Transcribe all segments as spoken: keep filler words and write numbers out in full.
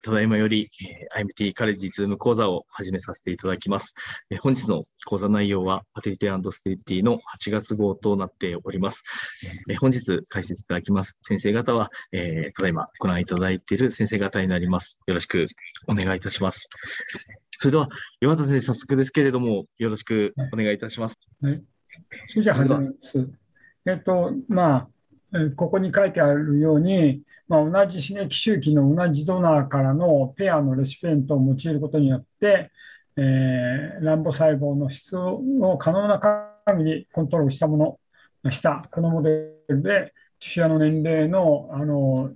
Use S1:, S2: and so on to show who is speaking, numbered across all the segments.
S1: ただいまより、えー、アイエムティー カレッジズーム講座を始めさせていただきます。えー、本日の講座内容は、ファテリティ&ステリティのはちがつ号となっております。えー、本日解説いただきます先生方は、えー、ただいまご覧いただいている先生方になります。よろしくお願いいたします。それでは、岩田先生、早速ですけれども、よろしくお願いいたします。
S2: はい。それじゃあ始めます。えっと、まあ、ここに書いてあるように、まあ、同じ刺激周期の同じドナーからのペアのレシピエントを用いることによって、えー、卵母細胞の質を可能な限りコントロールしたもの、したこのモデルで、父親の年齢の、あの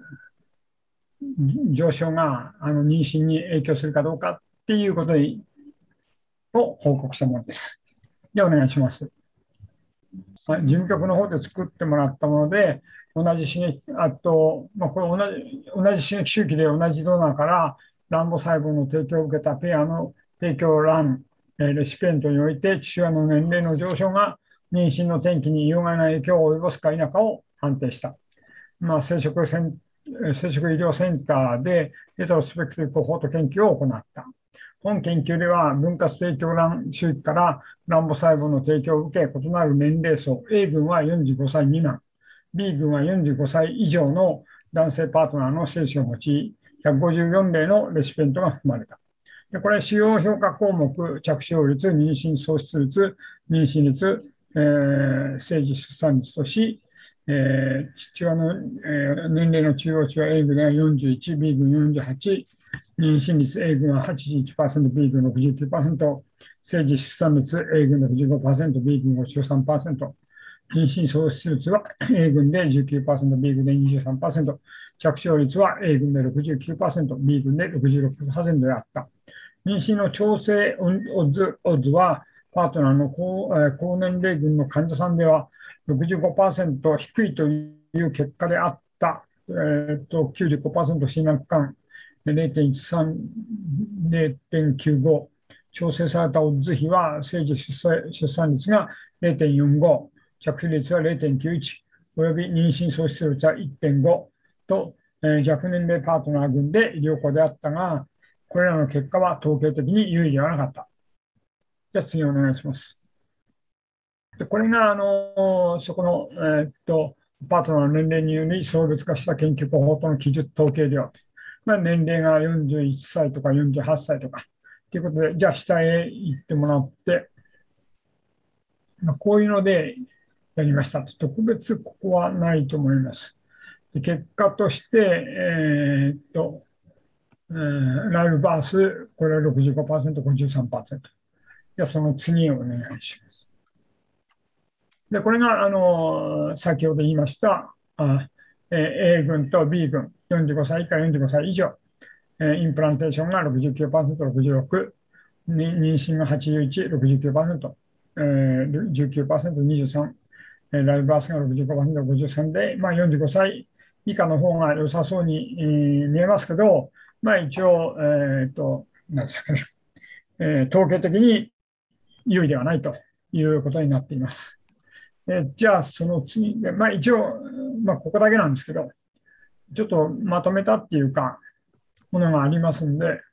S2: 上昇があの妊娠に影響するかどうかっていうことを報告したものです。ではお願いします。事務局の方で作ってもらったもので、同じ刺激、あと、まあ、これ同じ同じ刺激周期で同じドナーから卵母細胞の提供を受けたペアの提供卵、レシピエントにおいて父親の年齢の上昇が妊娠の転機に有害な影響を及ぼすか否かを判定した。まあ、生殖セン生殖医療センターでレトロスペクティブコホート研究を行った。本研究では分割提供卵周期から卵母細胞の提供を受け異なる年齢層 A 群はよんじゅうごさい未満 B 群はよんじゅうごさい以上の男性パートナーの精子を用いひゃくごじゅうよん例のレシピエントが含まれた。でこれ主要評価項目着床率妊娠喪失率妊娠率、えー、生児出産率とし、えー、父親の、えー、年齢の中央値は A 群がよんじゅういち B 群よんじゅうはち妊娠率 A 群は はちじゅういちパーセント、B 群ろくじゅうきゅうパーセント、生児出産率 A 群ろくじゅうごパーセント、B 群ごじゅうさんパーセント、妊娠喪失率は A 群で じゅうきゅうパーセント、B 群で にじゅうさんパーセント、着床率は A 群で ろくじゅうきゅうパーセント、B 群で ろくじゅうろくパーセント であった。妊娠の調整オッズオッズは、パートナーの 高,、えー、高年齢群の患者さんでは ろくじゅうごパーセント 低いという結果であった。えー、と きゅうじゅうごパーセント 心膜間れいてんいちさん、れいてんきゅうご、調整されたオッズ比は生児出産出産率が れいてんよんご、着床率は れいてんきゅういち、および妊娠喪失率は いってんご と、えー、若年齢パートナー群で良好であったが、これらの結果は統計的に有意ではなかった。じゃあ次お願いします。でこれがあのそこの、えー、っとパートナーの年齢により相別化した研究コホートの基準統計では、まあ、年齢がよんじゅういっさいとかよんじゅうはっさいとかということで、じゃあ下へ行ってもらって、まあ、こういうのでやりました。特別ここはないと思います。で結果として、えー、っと、えー、ライブバース、これは ろくじゅうごパーセント、ごじゅうさんパーセント。じゃあその次をお願いします。で、これが、あの、先ほど言いました、あ、え A 群と B 群、よんじゅうごさい以下よんじゅうごさい以上、えインプランテーションが ろくじゅうきゅうパーセント、ろくじゅうろく、妊娠がはちじゅういち、ろくじゅうきゅうパーセント、えー、じゅうきゅうパーセント、にじゅうさん、えー、ライブバースが ろくじゅうごパーセント、ごじゅうさんで、まあ、よんじゅうごさい以下の方が良さそうに、えー、見えますけど、まあ、一応、えー、と、なんですかね、えー、統計的に有意ではないということになっています。えじゃあ、その次で、まあ、一応、まあ、ここだけなんですけど、ちょっとまとめたっていうか、ものがありますんで、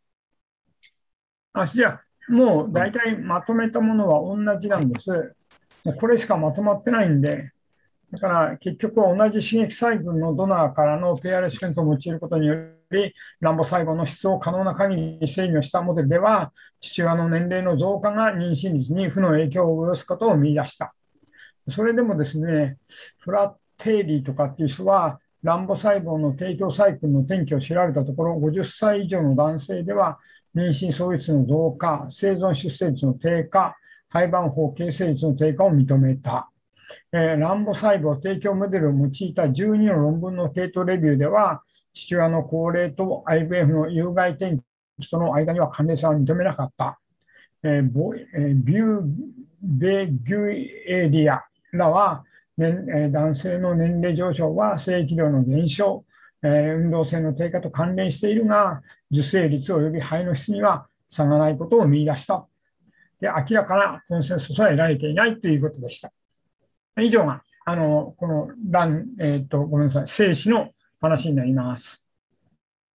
S2: あ、じゃあ、もう大体まとめたものは同じなんです。これしかまとまってないんで、だから結局は同じ刺激細分のドナーからのペアレスペントを用いることにより、卵母細胞の質を可能な限り制御したモデルでは、父親の年齢の増加が妊娠率に負の影響を及ぼすことを見出した。それでもですね、フラッテーリーとかっていう人は、卵母細胞の提供サイクルの転機を調べたところ、ごじゅっさい以上の男性では、妊娠創率の増加、生存出生率の低下、胚盤胞形成率の低下を認めた。えー、卵母細胞提供モデルを用いたじゅうにの論文の系統レビューでは、父親の高齢と アイブイエフ の有害転機との間には関連性は認めなかった。えー、ビューベギュエリアらは、ね、男性の年齢上昇は生育量の減少、えー、運動性の低下と関連しているが、受精率及び肺の質には差がないことを見出した。で、明らかなコンセンサスは得られていないということでした。以上が、あの、この卵、えっと、ごめんなさい、精子の話になります。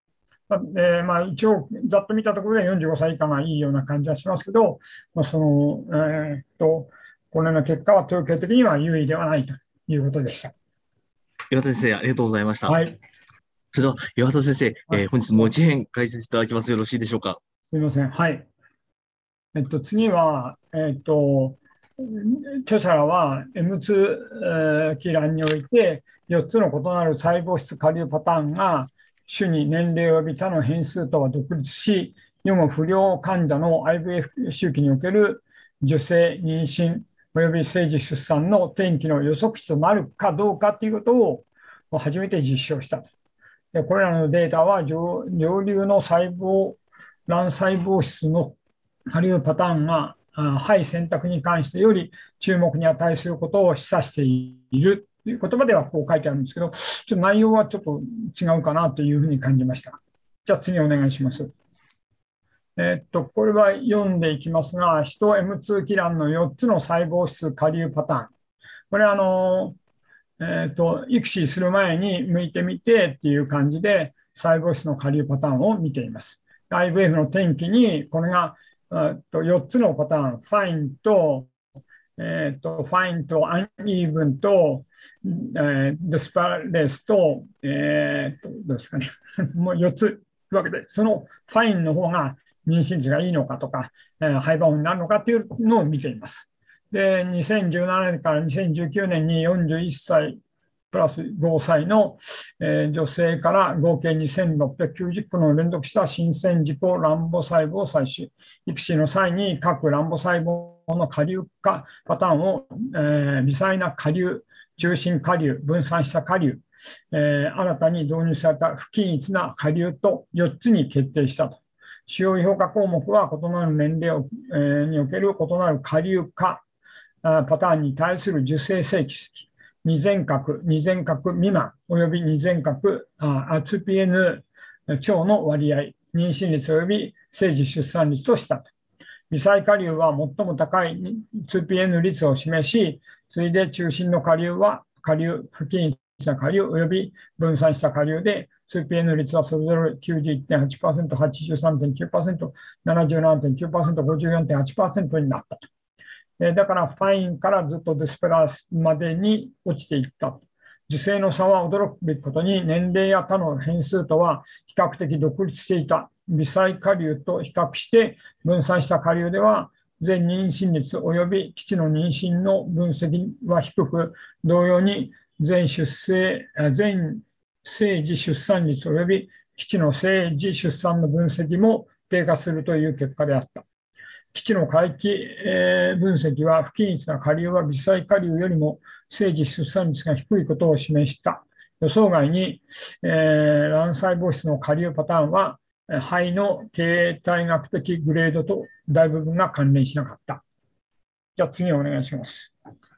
S2: で、まあ、一応、ざっと見たところでよんじゅうごさい以下がいいような感じはしますけど、まあ、その、えーっと、これの結果は統計的には有意ではないということでした。
S1: 岩田先生、ありがとうございました。
S2: はい。
S1: それでは、岩田先生、
S2: はい。
S1: えー本日もう一編解説いただきます。よろしいでしょうか。
S2: すみません。はい。えっと、次は、えっと、著者らは エムツー 期覧においてよっつの異なる細胞質下流パターンが種に年齢及び他の変数とは独立し、予後不良患者の アイブイエフ 周期における受精、妊娠及び生児出産の転機の予測値となるかどうかということを初めて実証したと。でこれらのデータは上上流の細胞卵細胞質の下流パターンが肺選択に関してより注目に値することを示唆しているという言葉ではこう書いてあるんですけど、ちょっと内容はちょっと違うかなというふうに感じました。じゃあ次お願いします。えっと、これは読んでいきますが、ヒト エムツー キランのよっつの細胞質下流パターン。これはあの、えっと、育児する前に向いてみてっていう感じで細胞質の下流パターンを見ています。アイブイエフ の転機にこれがとよっつのパターン、ファインと、えー、とファインとアンイーブンと、えー、デスパレスと、えー、とどうですかね、もうよっつというわけで、そのファインの方が妊娠値がいいのかとか、えー、廃盤になるのかというのを見ています。で、にせんじゅうななねんからにせんじゅうきゅうねんによんじゅういっさいプラスごさいの、えー、女性から合計にせんろっぴゃくきゅうじゅっこの連続した新生児と卵母細胞を採取。育児の際に各卵母細胞の下流化パターンを、えー、微細な下流、中心下流、分散した下流、えー、新たに導入された不均一な下流とよっつに決定したと。主要評価項目は異なる年齢を、えー、における異なる下流化パターンに対する受精性期、二全角、二全角未満、および二全角 アーツーピーエヌ 超の割合、妊娠率および生児出産率としたと。微細下流は最も高い ツーピーエヌ 率を示し、次いで中心の下流は下流、不均一な下流および分散した下流で、ツーピーエヌ 率はそれぞれ きゅうじゅういってんはちパーセント、はちじゅうさんてんきゅうパーセント、ななじゅうななてんきゅうパーセント、ごじゅうよんてんはちパーセント になったと。だからファインからずっとデスペラスまでに落ちていった。受精の差は驚くべきことに年齢や他の変数とは比較的独立していた。微細下流と比較して分散した下流では全妊娠率及び基地の妊娠の分析は低く、同様に全出生、全生児出産率及び基地の生児出産の分析も低下するという結果であった。基地の回帰分析は不均一な下流は微細下流よりも生児出産率が低いことを示した。予想外に、えー、卵細胞質の下流パターンは肺の形態学的グレードと大部分が関連しなかった。じゃあ次お願いします。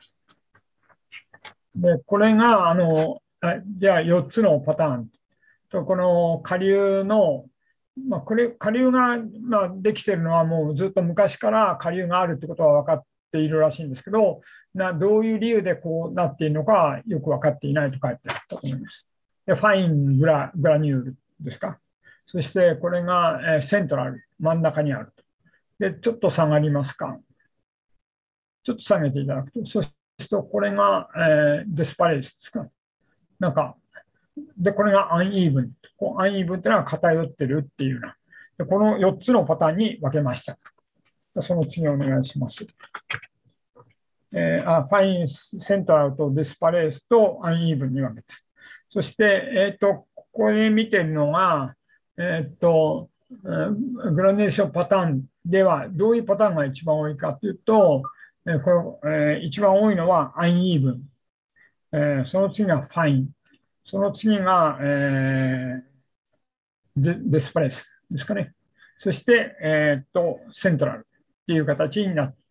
S2: でこれがあのじゃあよっつのパターンと、この下流のまあ、これ下流が、まあ、できているのはもうずっと昔から下流があるということは分かっているらしいんですけど、などういう理由でこうなっているのかはよく分かっていないと書いてあったと思います。でファイングラグラニュールですか。そしてこれが、えー、セントラル、真ん中にあると。で、ちょっと下がりますか。ちょっと下げていただくと、そうするとこれが、えー、デスパレースですか。なんかで、これがアンイーブン。アンイーブンというのは偏ってるっていうな。でこのよっつのパターンに分けました。その次お願いします。えー、あファインセントラルとディスパレースとアンイーブンに分けた。そして、えーと、ここで見てるのが、えーと、グラデーションパターンではどういうパターンが一番多いかというと、えーこれえー、一番多いのはアンイーブン。えー、その次がファイン。その次が、えー、デデスパレスですかね。そして、えー、っと、セントラルっていう形になって、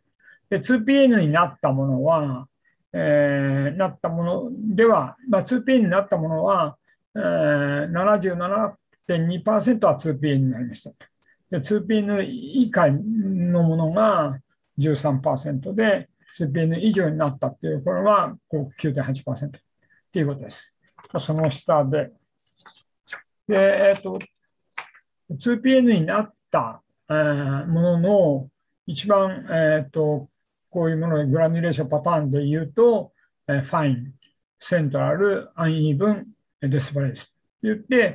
S2: ツーピーエヌ になったものは、えー、なったものでは、まあ、ツーピーエヌ になったものは、えー、ななじゅうななてんにパーセント は ツーピーエヌ になりました。で ツーピーエヌ 以下のものが じゅうさんパーセント で、ツーピーエヌ 以上になったっていう、これは きゅうてんはちパーセント っていうことです。その下で、で、えっと、 ツーピーエヌ になった、えーものの一番、えーと、こういうものでグラニュレーションパターンで言うと、えーファイン、セントラル、アンイーブン、デスパレスって言って、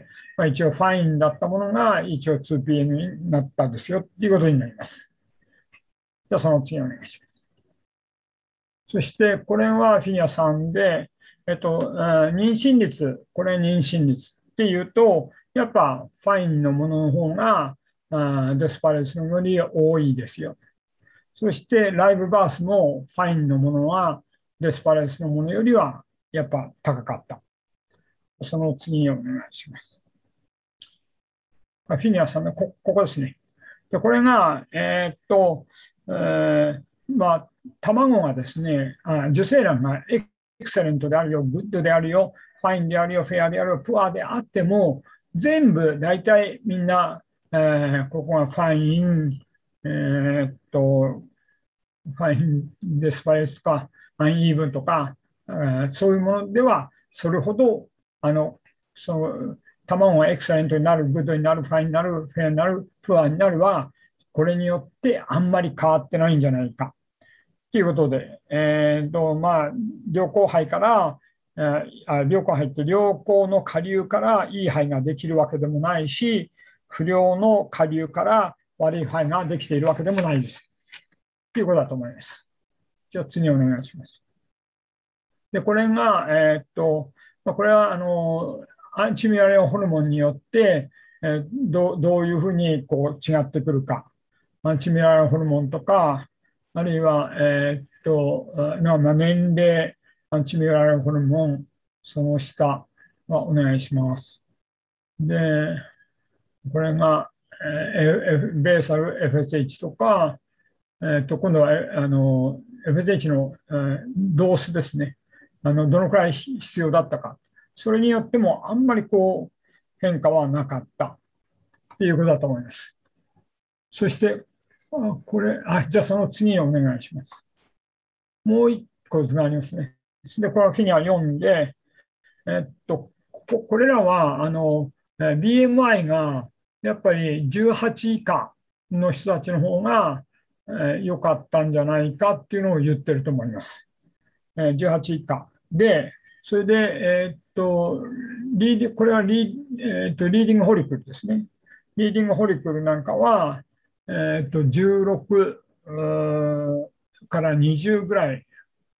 S2: まあ、一応ファインだったものが一応 ツーピーエヌ になったんですよっていうことになります。じゃあその次お願いします。そしてこれはフィギュアさんで、えっと、妊娠率、これ妊娠率っていうと、やっぱファインのものの方がデスパレスのより多いですよ。そしてライブバースもファインのものはデスパレスのものよりはやっぱ高かった。その次お願いします。フィギュアさんのこここですね。でこれが、えーっと、えーまあ、卵がですね、あ受精卵がエクセレントであるよ、グッドであるよ、ファインであるよ、フェアであるよ、プアであっても、全部大体みんな、えーここがファイン、えーっと、ファインデスパレスとか、アンイーブンとか、えーそういうものでは、それほど、あの、その、卵がエクセレントになる、グッドになる、ファインになる、フェアになる、プアになるは、これによってあんまり変わってないんじゃないか。ということで、えーとまあ、良好肺から、えーあ良好肺って良好の下流からいい肺ができるわけでもないし、不良の下流から悪い肺ができているわけでもないです。ということだと思います。じゃあ次お願いします。で、これが、えーっと、これはあのアンチミュラレンホルモンによって、えー、どどういうふうにこう違ってくるか。アンチミュラレンホルモンとか、あるいは、えーっと、まあ、年齢、アンチミュラレンホルモン、その下はお願いします。で、これが、えー、ベーサル エフエスエイチ とか、えー、と今度はあの エフエスエイチ の、えー、ドースですね。あのどのくらい必要だったか。それによってもあんまりこう変化はなかったということだと思います。そして、あこれあ、じゃあその次をお願いします。もう一個図がありますね。で、これはフィギュアよんで、えっと、ここれらはあの ビーエムアイ がやっぱりじゅうはち以下の人たちの方が良かったんじゃないかっていうのを言ってると思います。じゅうはち以下で、それで、えーっと、リーディこれはリー、えーっと、リーディングホリクルですね。リーディングホリクルなんかは、えーっと、じゅうろくからにじゅうぐらい、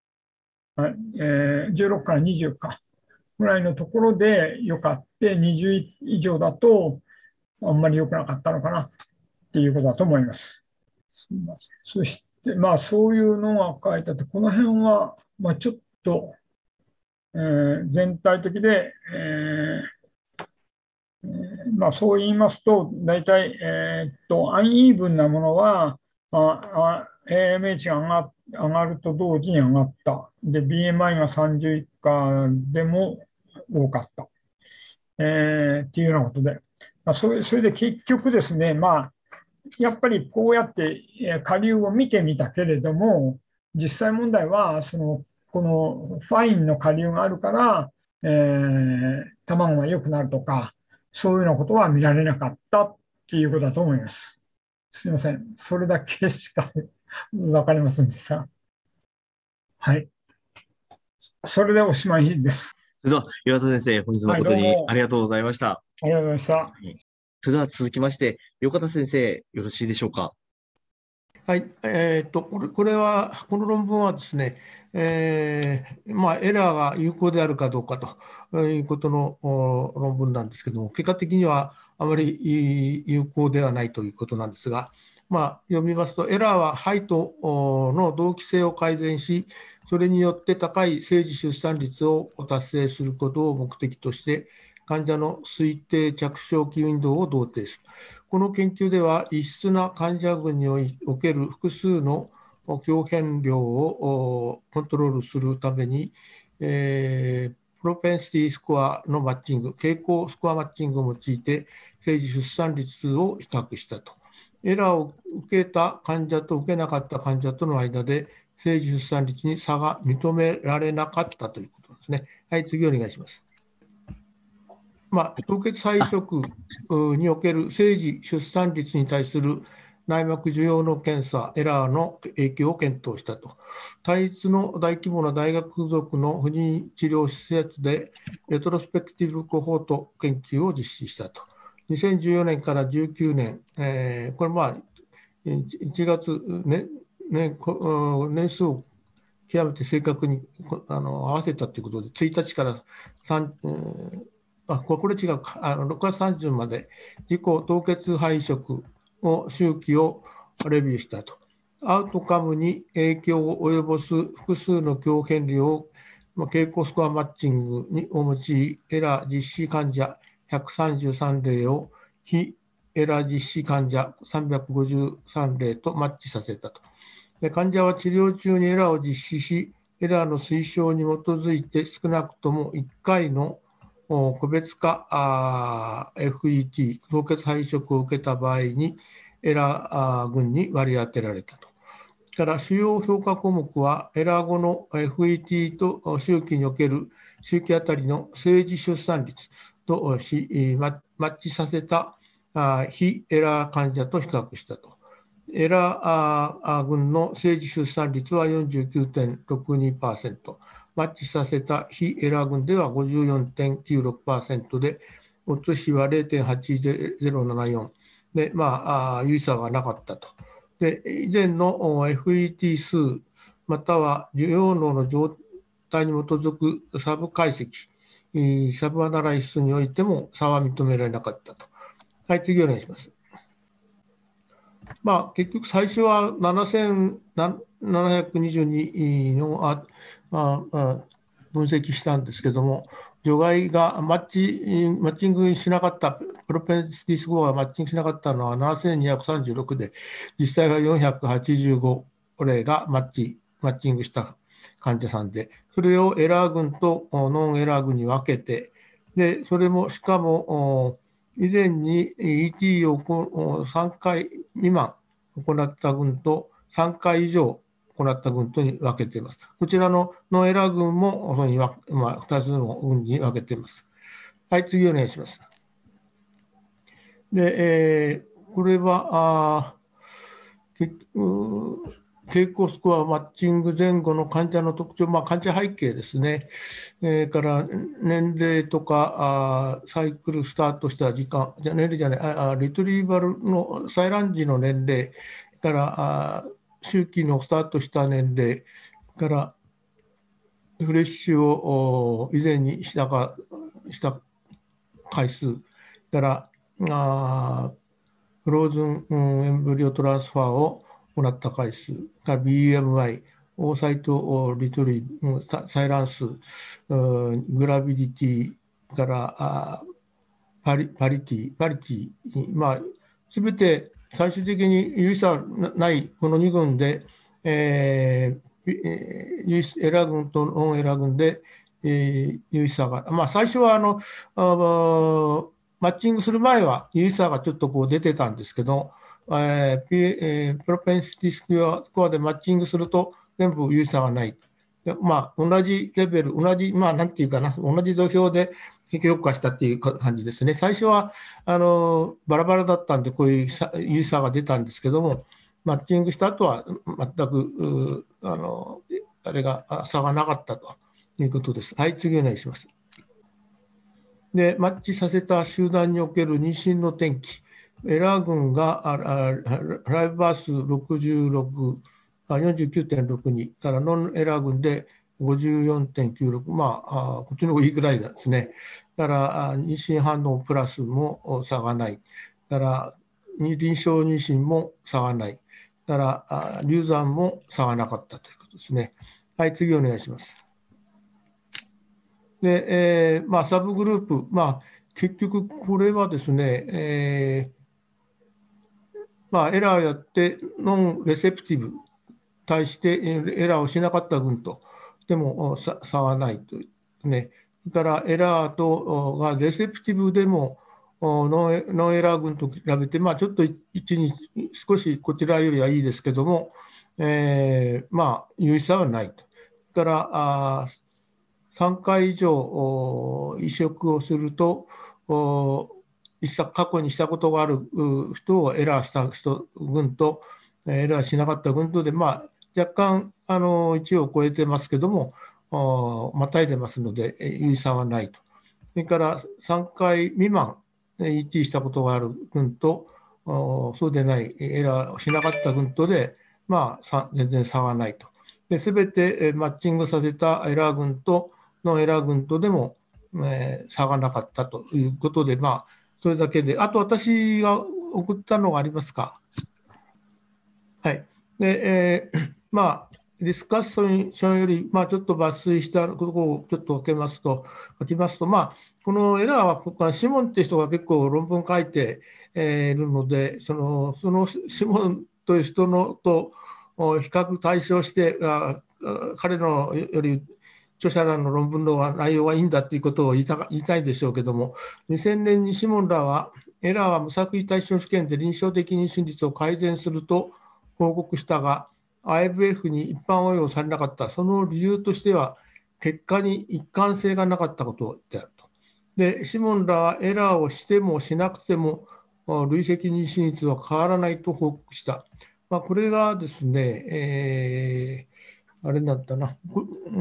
S2: えー、じゅうろくからにじゅうかぐらいのところでよかって、にじゅう以上だとあんまり良くなかったのかなっていうことだと思います。すみません。そして、まあ、そういうのが書いてあって、この辺は、まあ、ちょっと、えー全体的で、えーまあ、そう言いますと、大体、えーっと、アンイーブンなものは、ああ エーエムエイチ が上が上がると同時に上がった。で、ビーエムアイ がさんじゅう以下でも多かった。えーっていうようなことで、まあ、それ、それで結局ですね、まあ、やっぱりこうやって下流を見てみたけれども、実際問題はそのこのファインの下流があるから、えー、卵が良くなるとか、そういうようなことは見られなかったっていうことだと思います。すみません、それだけしか分かりませんでした。はい、それでおしまいです。
S1: それでは、岩田先生、本日
S2: はい、
S1: 誠
S2: どうも
S1: にありがとうございました。
S2: ありがとうございました。
S1: はい、それでは続きまして、横田先生、よろしいでしょうか。
S3: はい、えーっと、これ、これは、この論文はですね、えーまあ、エラーが有効であるかどうかということのお論文なんですけども、結果的にはあまり有効ではないということなんですが、まあ、読みますと、エラーは肺との同期性を改善し、それによって高い生児出産率を達成することを目的として、患者の推定着床期運動を同定する。この研究では、異質な患者群における複数の強変量をコントロールするために、えー、プロペンシティスコアのマッチング、傾向スコアマッチングを用いて、生児出産率を比較したと。エラーを受けた患者と受けなかった患者との間で、生児出産率に差が認められなかったということですね。はい、次お願いします。 まあ、凍結肺移植における生児出産率に対する内膜需要の検査、エラーの影響を検討したと。単一の大規模な大学附属の不妊治療施設で、レトロスペクティブコホート研究を実施したと。にせんじゅうよねんからじゅうきゅうねん、えー、これ、まあ、いちがつ、ねね、年数を極めて正確にあの合わせたということで、ついたちから3、えーあこれ違うか、あのろくがつさんじゅうまで自己凍結肺移植を周期をレビューしたと。アウトカムに影響を及ぼす複数の強変量を傾向スコアマッチングにを用い、エラー実施患者ひゃくさんじゅうさん例を非エラー実施患者さんびゃくごじゅうさん例とマッチさせたと。患者は治療中にエラーを実施し、エラーの推奨に基づいて少なくともいっかいの個別化 エフイーティー、凍結肺移植を受けた場合に、エラー群に割り当てられたと。から主要評価項目は、エラー後の エフイーティー と周期における周期あたりの生児出産率とし、マッチさせた非エラー患者と比較したと。エラー群の生児出産率は よんじゅうきゅうてんろくにパーセント、マッチさせた非エラー群では ごじゅうよんてんきゅうろくパーセント で、オッズ比は ゼロてんはちゼロななよん で、まあ、有意差がなかったと。で、以前の エフイーティー 数、または受容脳の状態に基づくサブ解析、サブアナライシスにおいても差は認められなかったと。はい、次お願いします。まあ、結局、最初はななせんななひゃくにじゅうにのあ、まあ、分析したんですけども、除外がマッチマッチングしなかった、プロペンシティスコアがマッチングしなかったのはななせんにひゃくさんじゅうろくで、実際はよんひゃくはちじゅうご例がマッチマッチングした患者さんで、それをエラー群とノンエラー群に分けて、でそれもしかも、以前に イーティー をさんかい未満行った群とさんかい以上行った群とに分けています。こちらのノンエラー群もふたつの群に分けています。はい、次お願いします。で、えー、これは、あ傾向スコアマッチング前後の患者の特徴、まあ、患者背景ですね、えー、から年齢とかあサイクルスタートした時間、じゃ年齢じゃないあ、リトリーバルの採卵時の年齢からあ周期のスタートした年齢からフレッシュを以前にしたかした回数からあフローズン、うん、エンブリオトランスファーを行った回数から ビーエムアイ、オーサイトリトリー、採卵数、グラビディティからパリパリティ、パリティ、まあ、すべて最終的に有意差ないこのに群で、えー、エラー群とノンエラー群で、えー、有意差が、まあ、最初はあのあマッチングする前は有意差がちょっとこう出てたんですけど、えーえー、プロペンシティスコアでマッチングすると全部有意差がない。まあ、同じレベル、同じ、まあ、なんていうかな、同じ土俵で評価したっていう感じですね。最初はあのバラバラだったんで、こういう有意差が出たんですけども、マッチングした後は全くあのあれが差がなかったということです。はい、次お願いします。で、マッチさせた集団における妊娠の転機、エラー群がライブバースろくじゅうろく、よんじゅうきゅうてんろくにからノンエラー群で ごじゅうよんてんきゅうろく、まあ、こっちの方がいいぐらいですね。だから妊娠反応プラスも差がない。だから臨床妊娠も差がない。だから流産も差がなかったということですね。はい、次お願いします。で、えーまあ、サブグループ、まあ、結局これはですね、えーまあ、エラーやってノンレセプティブ対してエラーをしなかった群とでも差はないというね。それからエラーとがレセプティブでもノンエラー群と比べて、まあ、ちょっといちに少しこちらよりはいいですけども、えー、まあ有意差はないと。それからあさんかい以上移植をすると過去にしたことがある人をエラーした人群と、エラーしなかった群とで、まあ、若干あのいちを超えてますけども、またいでますので、有意差はないと。それからさんかい未満、イーティー したことがある群と、そうでない、エラーをしなかった群とで、まあ、全然差がないと。すべてマッチングさせたエラー群とのエラー群とでも、えー、差がなかったということで、まあ、それだけで、あと私が送ったのがありますか。はい。で、えー、まあ、ディスカッションより、まあ、ちょっと抜粋したことをちょっと分けますと、書きますと、まあ、このエラーは、シモンって人が結構論文書いているので、そのそのシモンという人のと比較対象して、彼のより著者らの論文の内容はいいんだということを言いた言いたいでしょうけども、にせんねんにシモンらは、エラーは無作為対象試験で臨床的妊娠率を改善すると報告したが、アイブイエフ に一般応用されなかった、その理由としては、結果に一貫性がなかったことであると。で、シモンらはエラーをしてもしなくても、累積妊娠率は変わらないと報告した。まあ、これがですね、えー、あれなんだな、うん、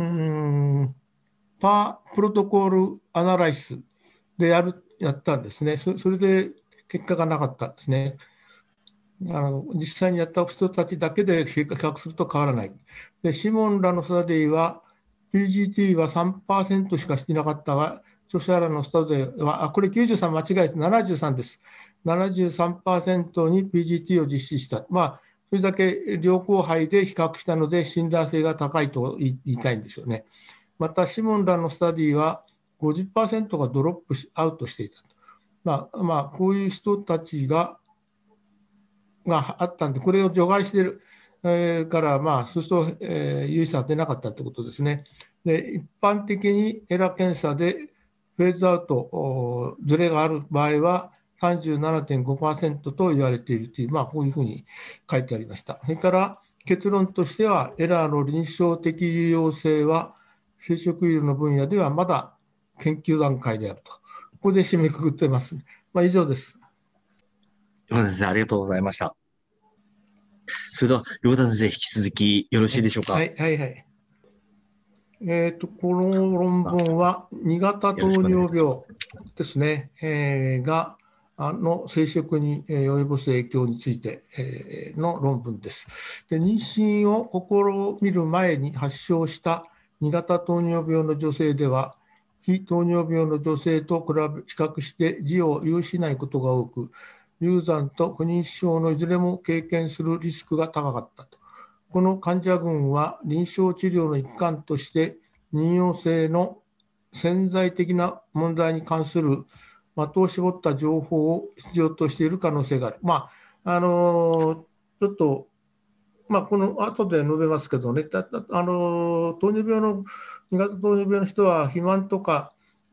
S3: パープロトコールアナライスでやるやったんですね。そ、それで結果がなかったんですね。あの実際にやった人たちだけで比較すると変わらない。でシモンらのスタディは、ピージーティー は さんパーセント しかしていなかったが、著者らのスタディは、あ、これきゅうじゅうさん間違いです、ななじゅうさんです。ななじゅうさんパーセント に ピージーティー を実施した。まあ、それだけ良好範で比較したので、信頼性が高いと言いたいんですよね。また、シモンらのスタディは ごじゅっパーセント がドロップアウトしていたと。まあ、まあ、こういう人たちが、があったんで、これを除外している、えー、から、まあ、そうすると、えー、有意差は出なかったということですね。で、一般的にエラ検査でフェーズアウト、ずれがある場合は さんじゅうななてんごパーセント と言われているという、まあ、こういうふうに書いてありました。それから結論としては、エラーの臨床的有用性は、生殖医療の分野ではまだ研究段階であると。ここで締めくくってます。まあ、以上です。
S1: 横田先生、ありがとうございました。それでは、横田先生、引き続きよろしいでしょうか。
S3: はい、はい、はい。えっと、この論文は、に型糖尿病ですね、えー、が、あの生殖に及ぼす影響についての論文です。で、妊娠を試みる前に発症したに型糖尿病の女性では、非糖尿病の女性と比べ比較して児を有しないことが多く、流産と不妊症のいずれも経験するリスクが高かったと。この患者群は臨床治療の一環として妊用性の潜在的な問題に関する的を絞った情報を必要としている可能性がある。まあ、あのちょっと、まあ、この後で述べますけどね、あの糖尿病の、に型糖尿病の人は肥満とか、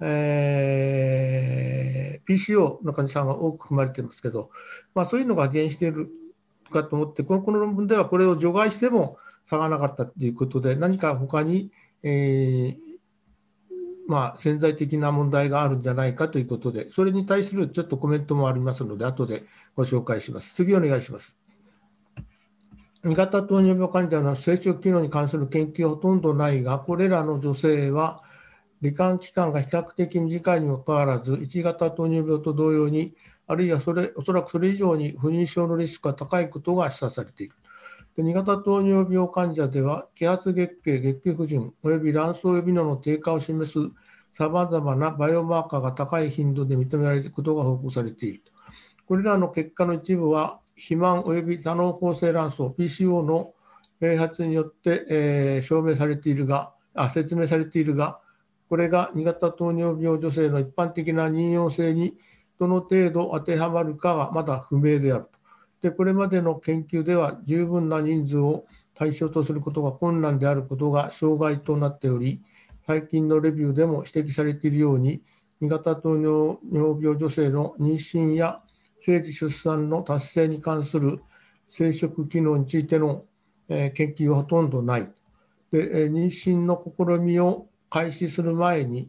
S3: えー、ピーシーオー の患者さんが多く含まれていますけど、まあ、そういうのが原因しているかと思って、このこの論文ではこれを除外しても差がなかったということで、何か他に、えーまあ、潜在的な問題があるんじゃないかということで、それに対するちょっとコメントもありますので、後でご紹介します。次お願いします。に型糖尿病患者の生殖機能に関する研究はほとんどないが、これらの女性は、罹患期間が比較的短いにもかかわらず、いち型糖尿病と同様に、あるいはそれおそらくそれ以上に不妊症のリスクが高いことが示唆されている。でに型糖尿病患者では、揮発月経、月経不順、および卵巣予備能の低下を示すさまざまなバイオマーカーが高い頻度で認められることが報告されている。これらの結果の一部は、肥満および多脳構成卵巣、ピーシーオー の併発によって、えー、証明されているがあ、説明されているが、これがに型糖尿病女性の一般的な妊用性にどの程度当てはまるかはまだ不明であると。で、これまでの研究では十分な人数を対象とすることが困難であることが障害となっており、最近のレビューでも指摘されているように、に型糖尿病女性の妊娠や生児出産の達成に関する生殖機能についての研究はほとんどない。で、妊娠の試みを開始する前に、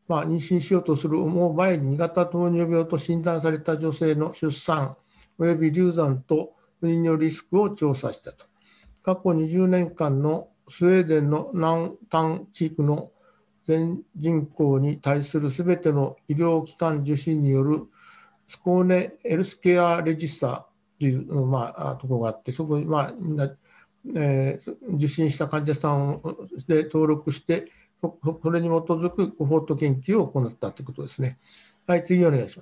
S3: まあ、妊娠しようとする思う前にに型糖尿病と診断された女性の出産および流産と不妊のリスクを調査したと。過去にじゅうねんかんのスウェーデンの南端地域の全人口に対するすべての医療機関受診によるスコーネヘルスケアレジスターという、まあ、ところがあって、そこに、まあみんなえー、受診した患者さんで登録して、そそれに基づくコホート研究を行ったということですね。はい、次お願いします。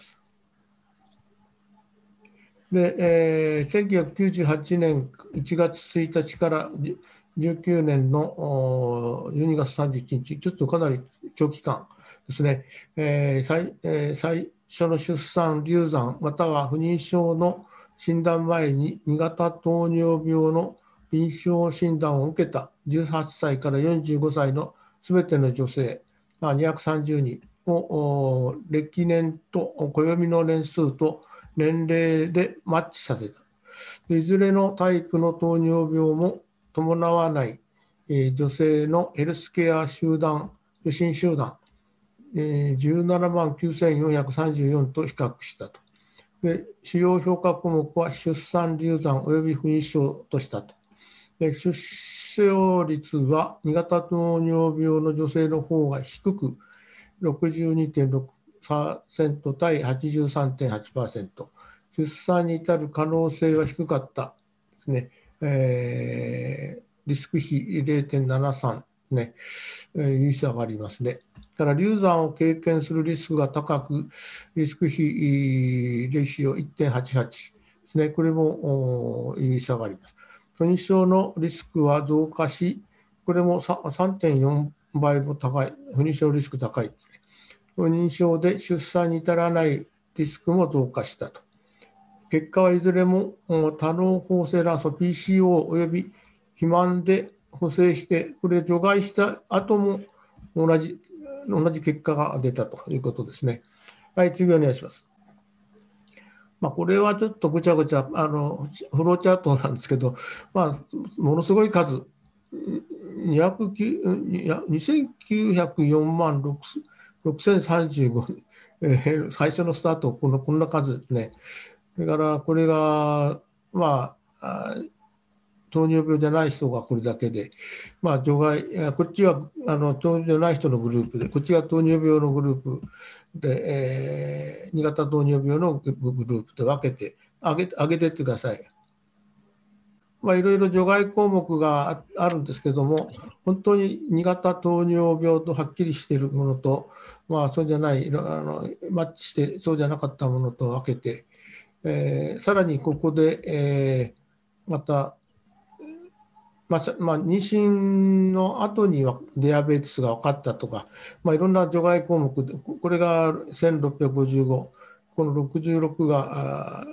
S3: で、えー、せんきゅうひゃくきゅうじゅうはちねんいちがつついたちからじゅうきゅうねんのじゅうにがつさんじゅういちにち、ちょっとかなり長期間ですね、えー 最, えー、最初の出産、流産、または不妊症の診断前にに型糖尿病の臨床診断を受けたじゅうはっさいからよんじゅうごさいのすべての女性にひゃくさんじゅうにんを歴年と暦の年数と年齢でマッチさせた。いずれのタイプの糖尿病も伴わない女性のヘルスケア集団、受診集団、じゅうななまんきゅうせんよんひゃくさんじゅうよんと比較したと。で主要評価項目は出産、流産および不妊症としたと。で出生率はに型糖尿病の女性の方が低く ろくじゅうにてんろくパーセント 対 はちじゅうさんてんはちパーセント、出産に至る可能性は低かったですね、えー、リスク比 れいてんななさん、ね、えー、有意差がありますね。から流産を経験するリスクが高く、リスク比レシオ いってんはちはち ですね、これも有意差があります。不妊症のリスクは増加し、これも さんてんよんばいも高い、不妊症リスク高いですね。不妊症で出産に至らないリスクも増加したと。結果はいずれも多脳胞性卵巣 ピーシーオー および肥満で補正して、これを除外した後も同じ、同じ結果が出たということですね。はい、次お願いします。まあ、これはちょっとぐちゃぐちゃ、あのフローチャートなんですけど、まあ、ものすごい数、にせんきゅうひゃくよんまんろくせんさんじゅうご、えー、最初のスタート、このこんな数ですね。それからこれが、まあ、糖尿病じゃない人がこれだけで、まあ、除外、こっちはあの糖尿病じゃない人のグループで、こっちが糖尿病のグループで、えー、に型糖尿病のグループで分けて、上げ上げてってください。まあ、いろいろ除外項目があるんですけども、本当にに型糖尿病とはっきりしているものと、まあ、そうじゃない、あのマッチして、そうじゃなかったものと分けて、えー、さらにここで、えー、また、まあまあ、妊娠の後にはデアベティスが分かったとか、まあ、いろんな除外項目で、これがせんろっぴゃくごじゅうご、このろくじゅうろくが、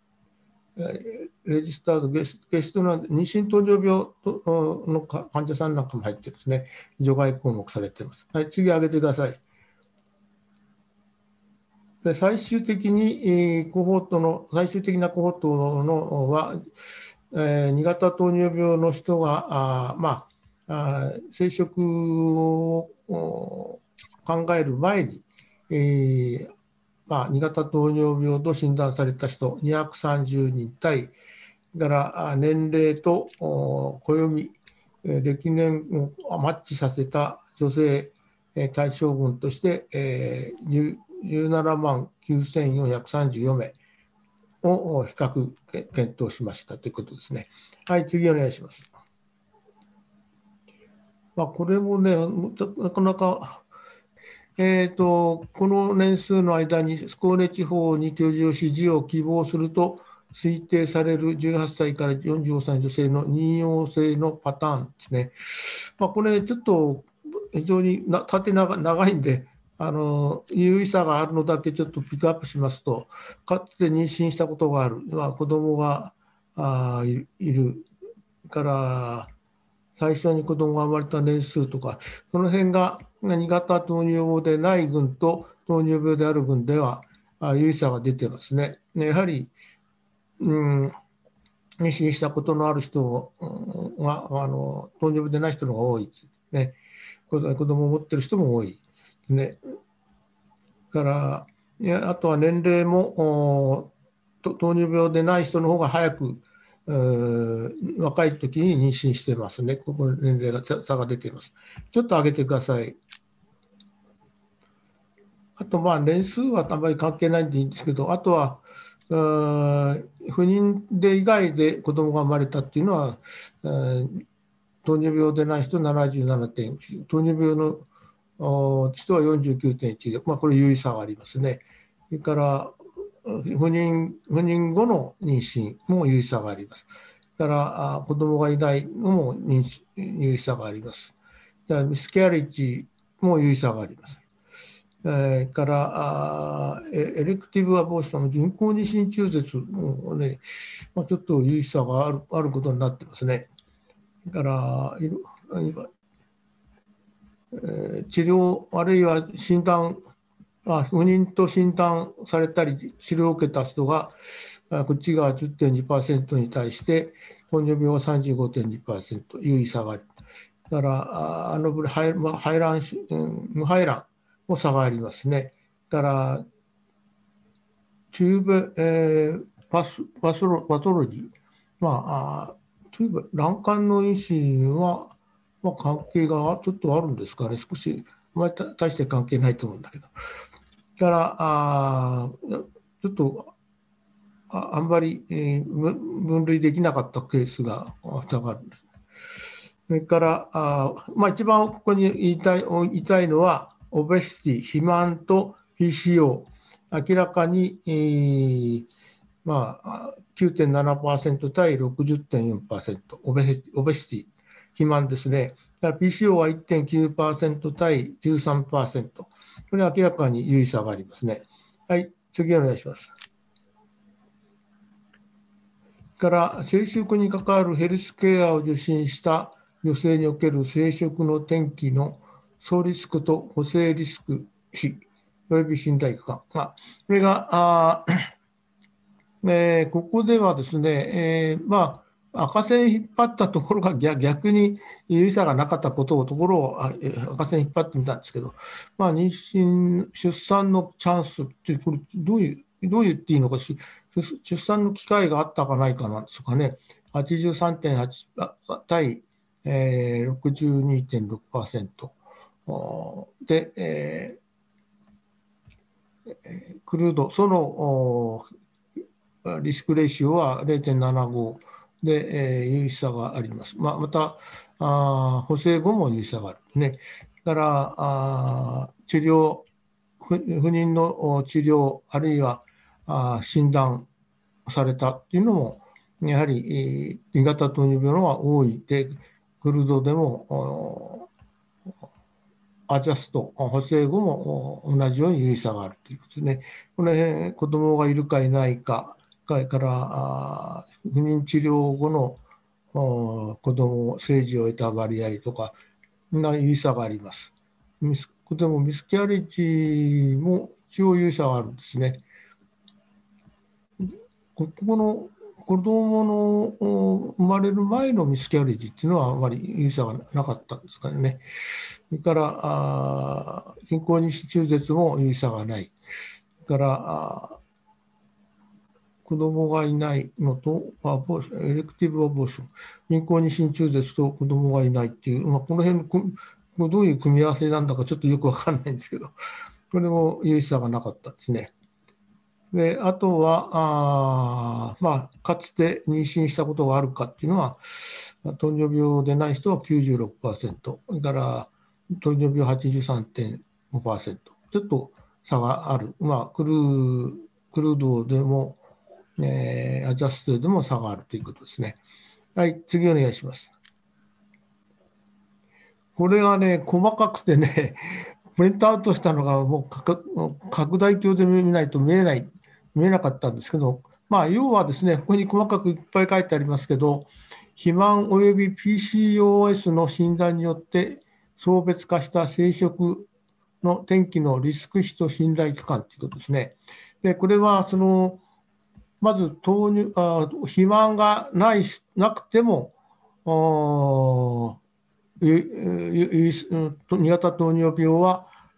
S3: レジスタードゲスゲストの妊娠糖尿病の患者さんなんかも入ってですね、除外項目されています。はい、次上げてください。で最終的に、コホートの、最終的なコホートのは、えー、に型糖尿病の人が、あまあ、あ生殖を考える前に、えーまあ、に型糖尿病と診断された人にひゃくさんじゅうにん対、から年齢と暦、歴年をマッチさせた女性対象群として、えー、じゅうななまんきゅうせんよんひゃくさんじゅうよんめいを比較検討しましたということですね。はい、次お願いします。まあ、これもね、なかなか、えーと、この年数の間にスコーネ地方に居住し、児を希望すると推定されるじゅうはっさいからよんじゅうごさいの女性の妊用性のパターンですね。まあ、これ、ちょっと非常にな縦長長いんで、あの有意差があるのだけちょっとピックアップしますと、かつて妊娠したことがある、まあ、子供があいるから、最初に子供が生まれた年数とか、その辺がに型糖尿病でない群と糖尿病である群では有意差が出てますね。やはり、うん、妊娠したことのある人があの糖尿病でない人の方が多いですね。子供を持っている人も多いですね。 からいやあとは年齢もと糖尿病でない人の方が早く、えー若い時に妊娠していますね。ここ年齢が差が出ています。ちょっと上げてください。あと、まあ、年数はあまり関係ないんでいいんですけど、あとは、うーん不妊で以外で子供が生まれたっていうのは、えー糖尿病でない人ななじゅうななてんいち、糖尿病のお人は よんじゅうきゅうてんいち で、まあ、これ有意差がありますね。それから不妊、不妊後の妊娠も有意差があります。それからあ子供がいないのも妊娠有意差があります。だからミスキャリッジも有意差があります。えーからあエエレクティブアボーション、人工妊娠中絶も、ね、まあ、ちょっと有意差があるあることになってますね。だからいろえー治療あるいは診断、あ不妊と診断されたり治療を受けた人があこっちが じゅってんにパーセント に対して糖尿病は さんじゅうごてんにパーセント 有意差がある。だからああのぶ排排卵し、うん、無排卵も差がありますね。だからチューブ、えーパスパスロパトロジー、まあ、あチューブ卵管の因子は、まあ、関係がちょっとあるんですかね。少し、まあ、大して関係ないと思うんだけど。だからあちょっとああんまり、えー分類できなかったケースがたがあるんです。それからあ、まあ、一番ここに言いたい言いたいのは、オベシティ、肥満と ピーシーオー、明らかに、えーまあ、きゅうてんななパーセント 対 ろくじゅってんよんパーセント、オベシオベシティ、肥満ですね。だから ピーシーオー は いってんきゅうパーセント 対 じゅうさんパーセント、これは明らかに有意差がありますね。はい、次お願いします。から生殖に関わるヘルスケアを受診した女性における生殖の転機の総リスクと補正リスク比および信頼感、まあ、これがあ、えーここではですね、えーまあ、赤線引っ張ったところが逆に有意差がなかったことをところをあえー赤線引っ張ってみたんですけど、まあ、妊娠、出産のチャンスって、これどういう、どう言っていいのかし、出産の機会があったかないかなんですかね、はちじゅうさんてんはち対、えー、ろくじゅうにてんろくパーセント で、えー、クルード、そのリスクレシオは れいてんななご で、えー、有意差があります。まあ、またあ、補正後も有意差があるね。だからあ治療不、不妊の治療、あるいはあ診断されたっていうのも、やはりに型糖尿病のが多いで、クルードでもアジャスト、補正後も同じように有意差があるということですね。この辺、子供がいるかいないか、それから不妊治療後の子供、生児を得た割合とか、な有意差があります。でもミスキャリッジも一応有意差があるんですね。ここの子供の生まれる前のミスキャリッジっていうのはあまり有意差がなかったんですからね。それからあ人工妊娠中絶も有意差がない。それからあ子供がいないのとアボエレクティブアボーション、人工妊娠中絶と子供がいないっていう、まあ、この辺のどういう組み合わせなんだかちょっとよくわかんないんですけど、これも有意差がなかったですね。であとはあ、まあ、かつて妊娠したことがあるかっていうのは、糖尿病でない人は きゅうじゅうろくパーセント、それから糖尿病 はちじゅうさんてんごパーセント、ちょっと差がある、まあ、クルークルードでも、えー、アジャストでも差があるということですね。はい、次お願いします。これがね、細かくてね、プリントアウトしたのがもう拡大鏡で見ないと見えない。見えなかったんですけど、まあ、要はですね、ここに細かくいっぱい書いてありますけど、肥満および ピーシーオーエス の診断によって層別化した生殖の転機のリスク比と信頼期間ということですね。で、これはその、まず糖尿あ肥満がない、なくても、に型糖尿病は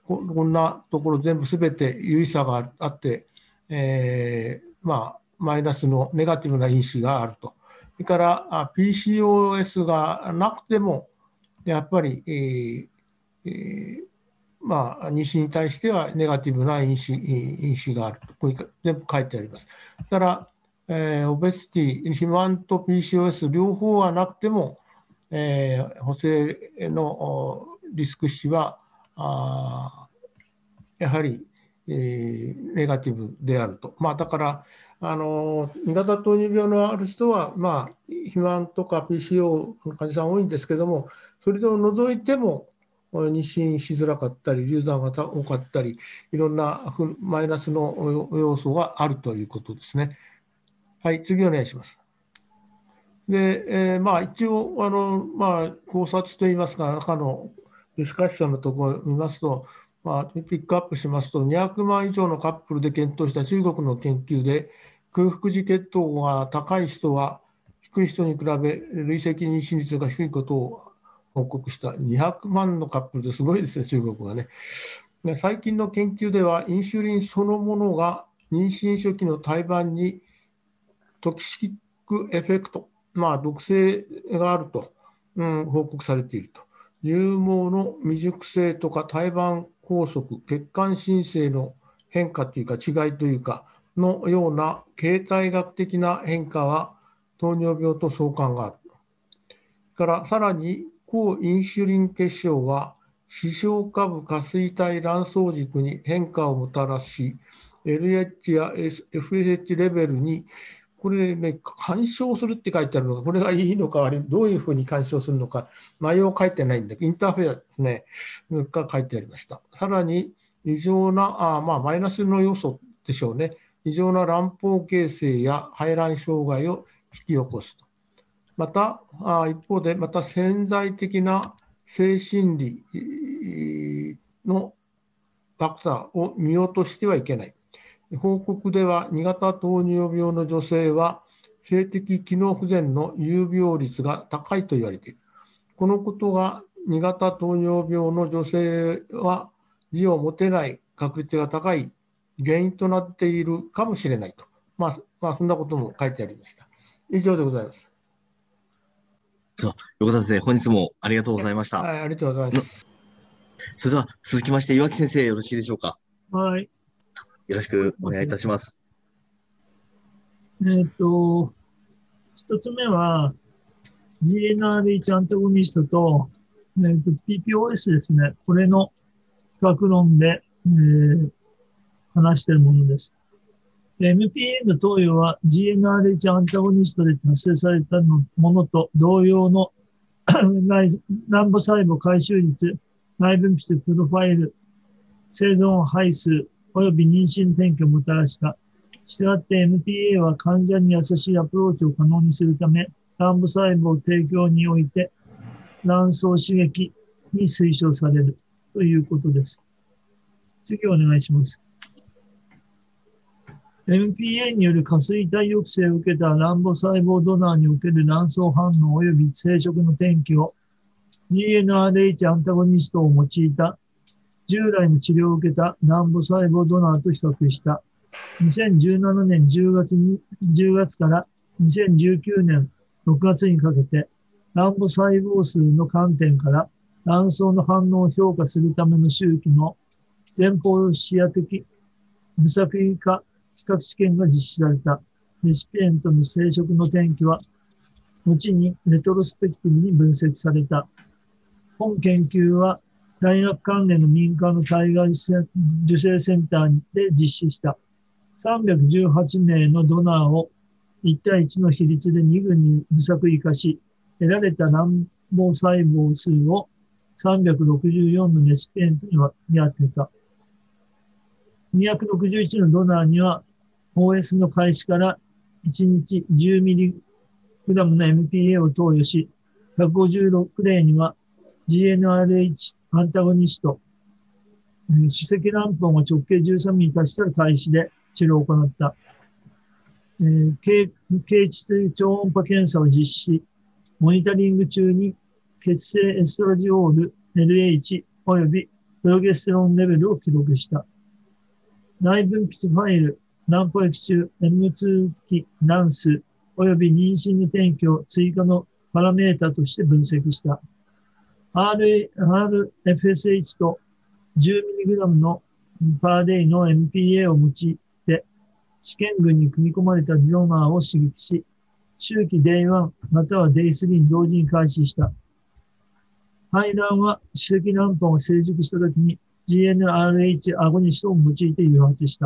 S3: ここんなところ全部すべて有意差があって、えーまあ、マイナスのネガティブな因子があると。それからあ ピーシーオーエス がなくても、やっぱり、えーえーまあ、西に対してはネガティブな因子因子があると。これ全部書いてあります。だから、えー、オベシティ、肥満と ピーシーオーエス 両方はなくても、えー、補正のリスク値はあやはり、えー、ネガティブであると。まあ、だからあのに型糖尿病のある人は、まあ、肥満とか ピーシーオー の患者さん多いんですけども、それを除いても妊娠しづらかったり、流産が多かったり、いろんなマイナスの要素があるということですね。はい、次お願いします。で、えー、まあ一応あの、まあ、考察といいますか、中のディスカッションのところを見ますと、まあ、ピックアップしますと、にひゃくまん以上のカップルで検討した中国の研究で、空腹時血糖が高い人は、低い人に比べ、累積妊娠率が低いことを報告したにひゃくまんのカップルですごいですね、中国はね。で最近の研究では、インシュリンそのものが妊娠初期の胎盤にトキシックエフェクト、まあ、毒性があると、うん、報告されていると。絨毛の未熟性とか胎盤拘束、血管新生の変化というか違いというかのような形態学的な変化は糖尿病と相関がある。からさらに抗インシュリン結晶は視床下部下垂体卵巣軸に変化をもたらし、エルエイチ や エフエスエイチ レベルにこれね、干渉するって書いてあるのが、これがいいのか、どういうふうに干渉するのか、内容書いてないんだけど、インターフェアですね、が書いてありました。さらに、異常な、あまあ、マイナスの要素でしょうね。異常な卵胞形成や排卵障害を引き起こすと。また、あ一方で、また潜在的な精神理のファクターを見落としてはいけない。報告ではに型糖尿病の女性は性的機能不全の有病率が高いと言われている。このことがに型糖尿病の女性は児を持てない確率が高い原因となっているかもしれないと。まあ、まあ、そんなことも書いてありました。以上でございます。
S1: そう、横田先生、本日もありがとうございました。
S3: はい、ありがとうございます。
S1: それでは続きまして、岩木先生、よろしいでしょうか。
S2: はい。
S1: よろしくお願いいたします。
S2: えっと、一つ目は、ジーエヌアールエイチ アンタゴニストと、えっと、ピーピーオーエス ですね。これの比較論で、えー、話しているものです。エムピーエー の投与は ジーエヌアールエイチ アンタゴニストで達成されたのものと同様の卵母細胞回収率、内分泌プロファイル、生存排数、及び妊娠転居をもたらした。したがって エムピーエー は患者に優しいアプローチを可能にするため、卵母細胞提供において卵巣刺激に推奨されるということです。次お願いします。エムピーエー による下垂体抑制を受けた卵母細胞ドナーにおける卵巣反応及び生殖の転機を ジーエヌアールエイチ アンタゴニストを用いた従来の治療を受けた卵母細胞ドナーと比較した。にせんじゅうななねんじゅうがつに、じゅうがつからにせんじゅうきゅうねんろくがつにかけて卵母細胞数の観点から卵巣の反応を評価するための周期の前方視野的無作為化比較試験が実施された。レシピエントの生殖の転機は後にレトロスペクティブに分析された。本研究は大学関連の民間の体外受精センターで実施した。さんびゃくじゅうはちめいのドナーをいち対いちの比率でに群に無作為化し、得られた卵胞細胞数をさんびゃくろくじゅうよんのレシピエントに当てた。にひゃくろくじゅういちのドナーには オーエス の開始からいちにち じゅうミリグラム の エムピーエー を投与し、ひゃくごじゅうろくれいには ジーエヌアールエイチ アンタゴニスト、主積卵胞が直径じゅうさんミリに達したら開始で治療を行った。えー、経経腟超音波検査を実施、モニタリング中に血清エストラジオール エルエイチ および
S4: プロゲステロンレベルを記録した。内分泌ファイル、卵胞液中、エムツー 期、卵数、及び妊娠の転機を追加のパラメータとして分析した。アールエフエスエイチ と じゅうミリグラム のパーデイの エムピーエー を用いて試験群に組み込まれたドナーを刺激し、周期 デイワン または デイスリー に同時に開始した。排卵は周期卵胞が成熟したときに ジーエヌアールエイチ アゴニストを用いて誘発した。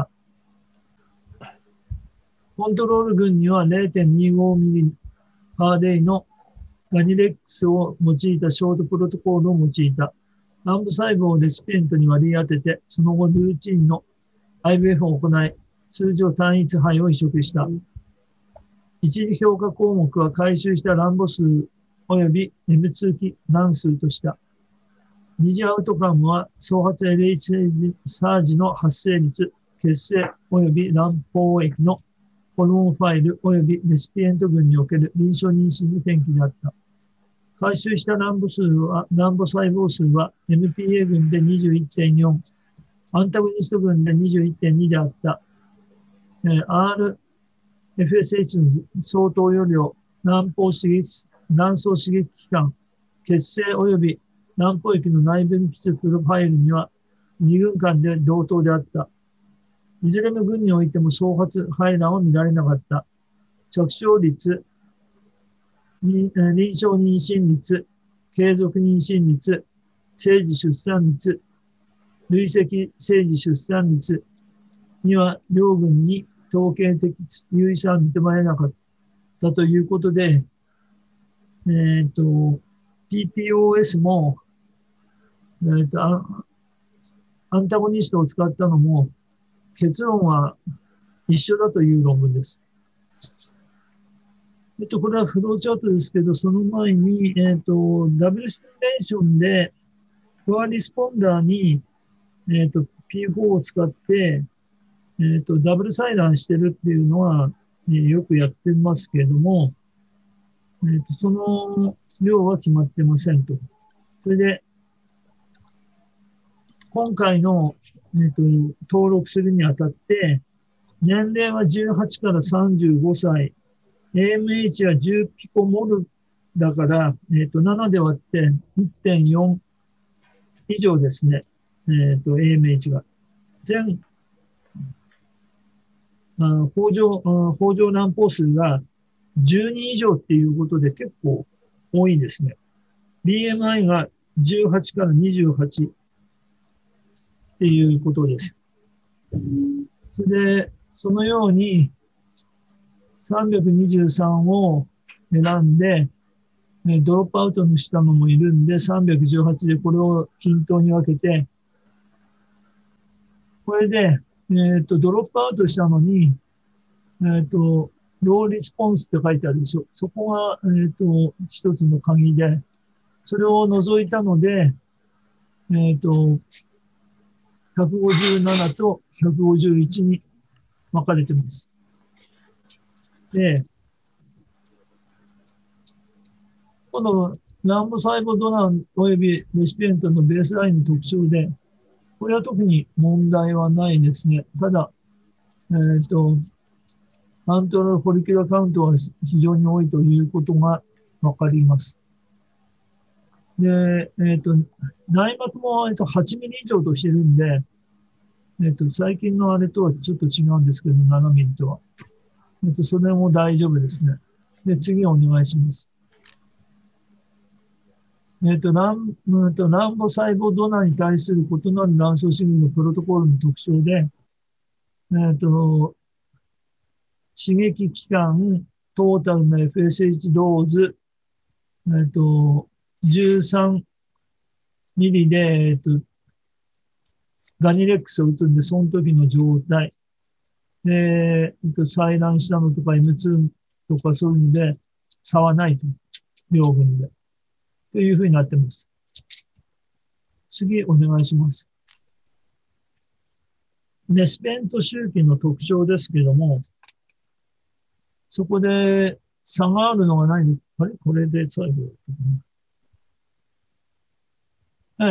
S4: コントロール群には ゼロてんにごミリパーデイのガニレックスを用いたショートプロトコールを用いた。卵母細胞をレシピエントに割り当てて、その後ルーチンの アイブイエフ を行い、通常単一胚を移植した。一次評価項目は回収した卵母数及び エムツー 期卵数とした。二次アウトカムは創発 エルエイチ サージの発生率、血清及び卵胞液のホルモンファイル及びレシピエント群における臨床妊娠の転機であった。回収した卵母数は、卵母細胞数は エムピーエー 群で にじゅういってんよん、アンタゴニスト群で にじゅういってんに であった。えー、アールエフエスエイチ の相当容量、卵胞刺激、卵巣刺激期間、血清及び卵胞液の内分泌プロファイルにはに群間で同等であった。いずれの群においても創発排卵は見られなかった。着床率、臨床妊娠率、継続妊娠率、生児出産率、累積生児出産率には両群に統計的有意差は認められなかったということで、えっと、ピーピーオーエス も、えっと、アンタゴニストを使ったのも、結論は一緒だという論文です。えっと、これはフローチャートですけど、その前に、えっと、ダブルスティミュレーションで、フォアリスポンダーに、えっと、ピーフォー を使って、えっと、ダブル採卵してるっていうのは、えー、よくやってますけれども、えっと、その量は決まってませんと。それで、今回の、えっと、登録するにあたって、年齢はじゅうはちからさんじゅうごさい、エーエムエイチ はじゅうピコモルだから、えっと、ななで割って いってんよん 以上ですね。えっと、エーエムエイチ が。全、あ法上、あ法上卵胞数がじゅうに以上っていうことで結構多いですね。ビーエムアイ がじゅうはちからにじゅうはちっていうことです。それで、そのようにさんびゃくにじゅうさんを選んで、ドロップアウトのしたのもいるんで、さんびゃくじゅうはちでこれを均等に分けて、これで、えっと、ドロップアウトしたのに、えっと、ローリスポンスって書いてあるでしょ。そこが、えっと、一つの鍵で、それを除いたので、えっと、ひゃくごじゅうななとひゃくごじゅういちに分かれてます。で、この卵母細胞ドナー及びレシピエントのベースラインの特徴で、これは特に問題はないですね。ただ、えっと、アントラルフォリキュラカウントは非常に多いということがわかります。で、えっと、内膜も、えっと、はちミリ以上としてるんで、えっと、最近のあれとはちょっと違うんですけど、ななミリとは。えっと、それも大丈夫ですね。で、次お願いします。えっと、卵、うんと、卵母細胞ドナーに対する異なる卵巣刺激のプロトコールの特徴で、えっと、刺激期間、トータルの エフエスエイチ ドーズ、えっと、じゅうさんミリで、えっと、ガニレックスを打つんで、その時の状態。で、えっと、採卵したのとか エムツー とかそういうので、差はないと。両群で。というふうになってます。次、お願いします。レシピエント周期の特徴ですけども、そこで差があるのがないです。あれこれで最後。はい。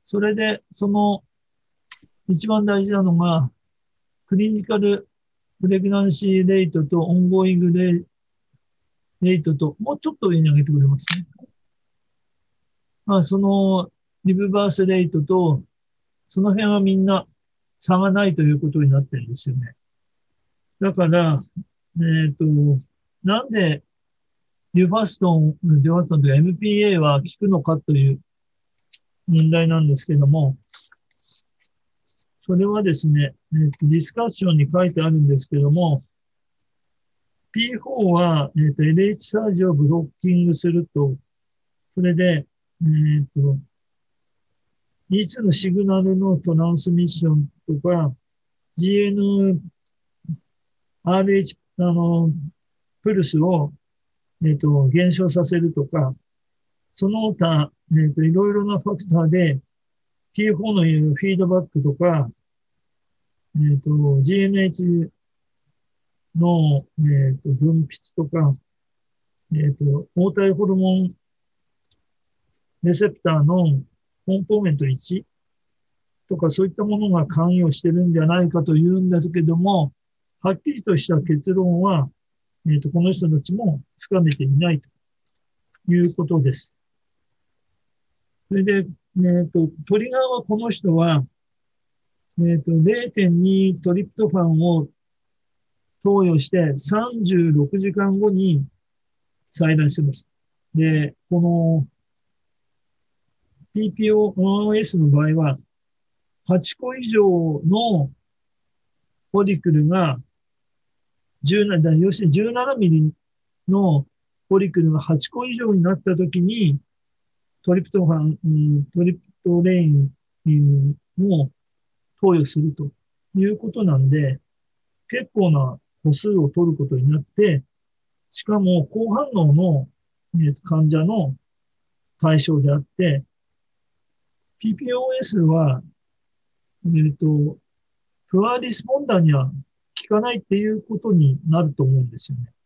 S4: それで、その、一番大事なのが、クリニカルプレグナンシーレイトとオンゴーイングレイレイトと、もうちょっと上に上げてくれますね。まあ、その、リブバースレイトと、その辺はみんな差がないということになってるんですよね。だから、えっと、なんでデュファストン、デュファストンというか エムピーエー は効くのかという問題なんですけども、それはですね、えっと、ディスカッションに書いてあるんですけども、ピーフォー は、えっと、エルエイチ サージをブロッキングすると、それで、えっと、イーツー のシグナルのトランスミッションとか、ジーエヌアールエイチ、あの、プルスを、えっと、減少させるとか、その他、えっと、いろいろなファクターで、ピーフォー の言うフィードバックとか、えっと、ジーエヌエイチ の、えっと、分泌とか、えっと、黄体ホルモンレセプターのコンポーネントいちとかそういったものが関与してるんじゃないかというんですけども、はっきりとした結論は、えっと、この人たちもつかめていないということです。それで、えっと、トリガーはこの人は、えっと、れいてんに トリプトファンを投与してさんじゅうろくじかんごに採卵してます。で、この ピーピーオーエス の場合は、はちこ以上のフォリクルがじゅうなな、要するにじゅうななミリのフォリクルがはちこ以上になったときに、トリプトファン、うん、トリプトレインを投与するということなんで、結構な歩数を取ることになって、しかも高反応の、えー、患者の対象であって、ピーピーオーエス は、えっと、プアリスポンダーには効かないっていうことになると思うんですよね。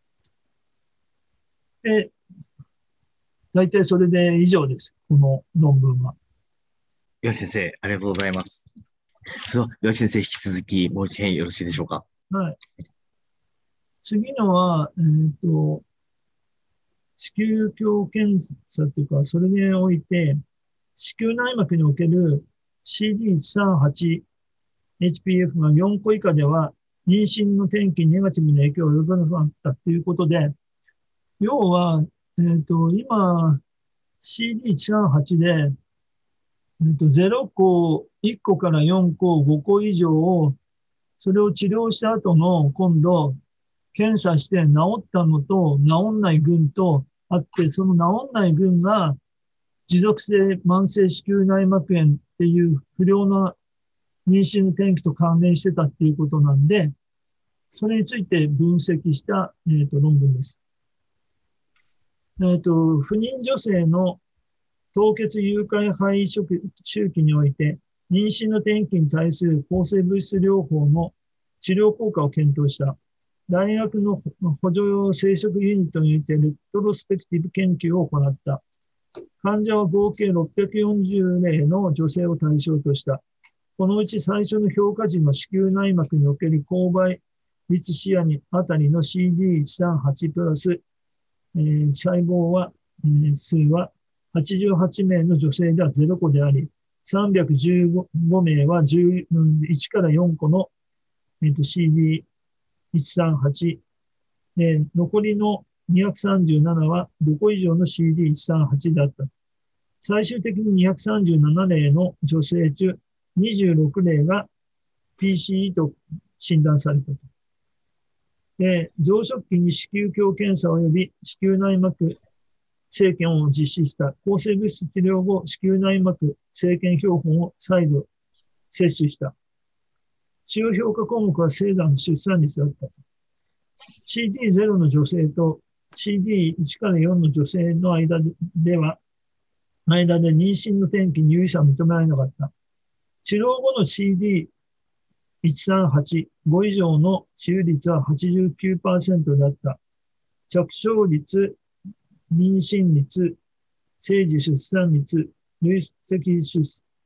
S4: で、大体それで以上です。この論文は。
S1: 岩木先生、ありがとうございます。そう、岩木先生、引き続きもう一編よろしいでしょうか。
S4: はい。次のは、えっと、子宮鏡検査というか、それにおいて、子宮内膜における シーディーいちさんはちエイチピーエフ がよんこ以下では、妊娠の転機にネガティブな影響を及ばなかったということで、要は、えっと、今、シーディーいちさんはち で、えっと、ゼロこ、いっこからよんこ、ごこ以上を、それを治療した後の、今度、検査して治ったのと治んない群とあって、その治んない群が持続性慢性子宮内膜炎っていう不良な妊娠の転機と関連してたっていうことなんで、それについて分析した、えー、と論文です。えー、と不妊女性の凍結誘拐肺周期において、妊娠の転機に対する抗生物質療法の治療効果を検討した。大学の補助用生殖ユニットにおいてレトロスペクティブ研究を行った。患者は合計ろっぴゃくよんじゅうれいの女性を対象とした。このうち最初の評価時の子宮内膜における勾配率視野にあたりの シーディーいちさんはち プラス、えー、細胞は、えー、数ははちじゅうはちめいの女性ではゼロこであり、さんびゃくじゅうごめいはじゅういちからよんこの、えー、と シーディーいちさんはち、えー、残りのにひゃくさんじゅうななはごこ以上の シーディーいちさんはち であった。最終的ににひゃくさんじゅうななれいの女性中にじゅうろくれいが ピーシーイー と診断されたと。で、増殖期に子宮鏡検査及び子宮内膜生検を実施した抗生物質治療後、子宮内膜生検標本を再度接種した。主要評価項目は生産出産率だった。シーディーゼロ の女性と シーディーいち からよんの女性の間では、間で妊娠の転機に有意差は認められなかった。治療後の シーディーいちさんはち、ご以上の治癒率は はちじゅうきゅうパーセント だった。着床率、妊娠率、生児出産率、累積出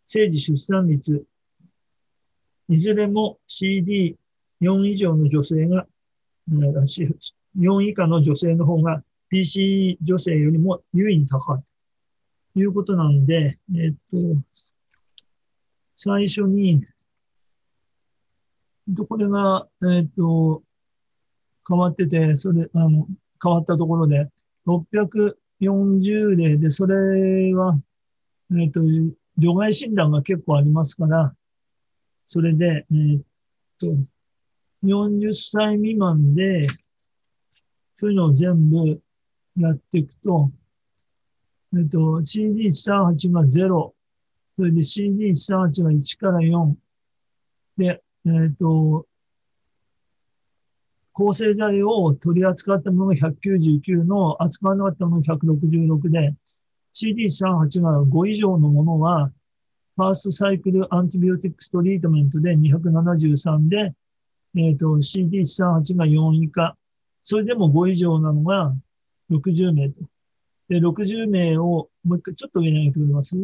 S4: 生児出産率、いずれも シーディーよん 以上の女性が、よん以下の女性の方が ピーシー 女性よりも優位に高いということなので、えっと、最初に、これが、えっと、変わってて、それ、あの、変わったところで、ろっぴゃくよんじゅう例で、それは、えっと、除外診断が結構ありますから、それで、えっと、よんじゅっさい未満で、そういうのを全部やっていくと、えっと、シーディーいちさんはち がゼロ、それで シーディーいちさんはち がいちからよん、で、えっと、抗生剤を取り扱ったものがひゃくきゅうじゅうきゅうの扱わなかったものがひゃくろくじゅうろくで、シーディーいちさんはち がご以上のものは、ファーストサイクルアンティビオティックストリートメントでにひゃくななじゅうさんで、えっと、シーディーいちさんはち がよん以下、それでもご以上なのがろくじゅう名と。で、ろくじゅう名をもう一回ちょっと上に上げてくれます？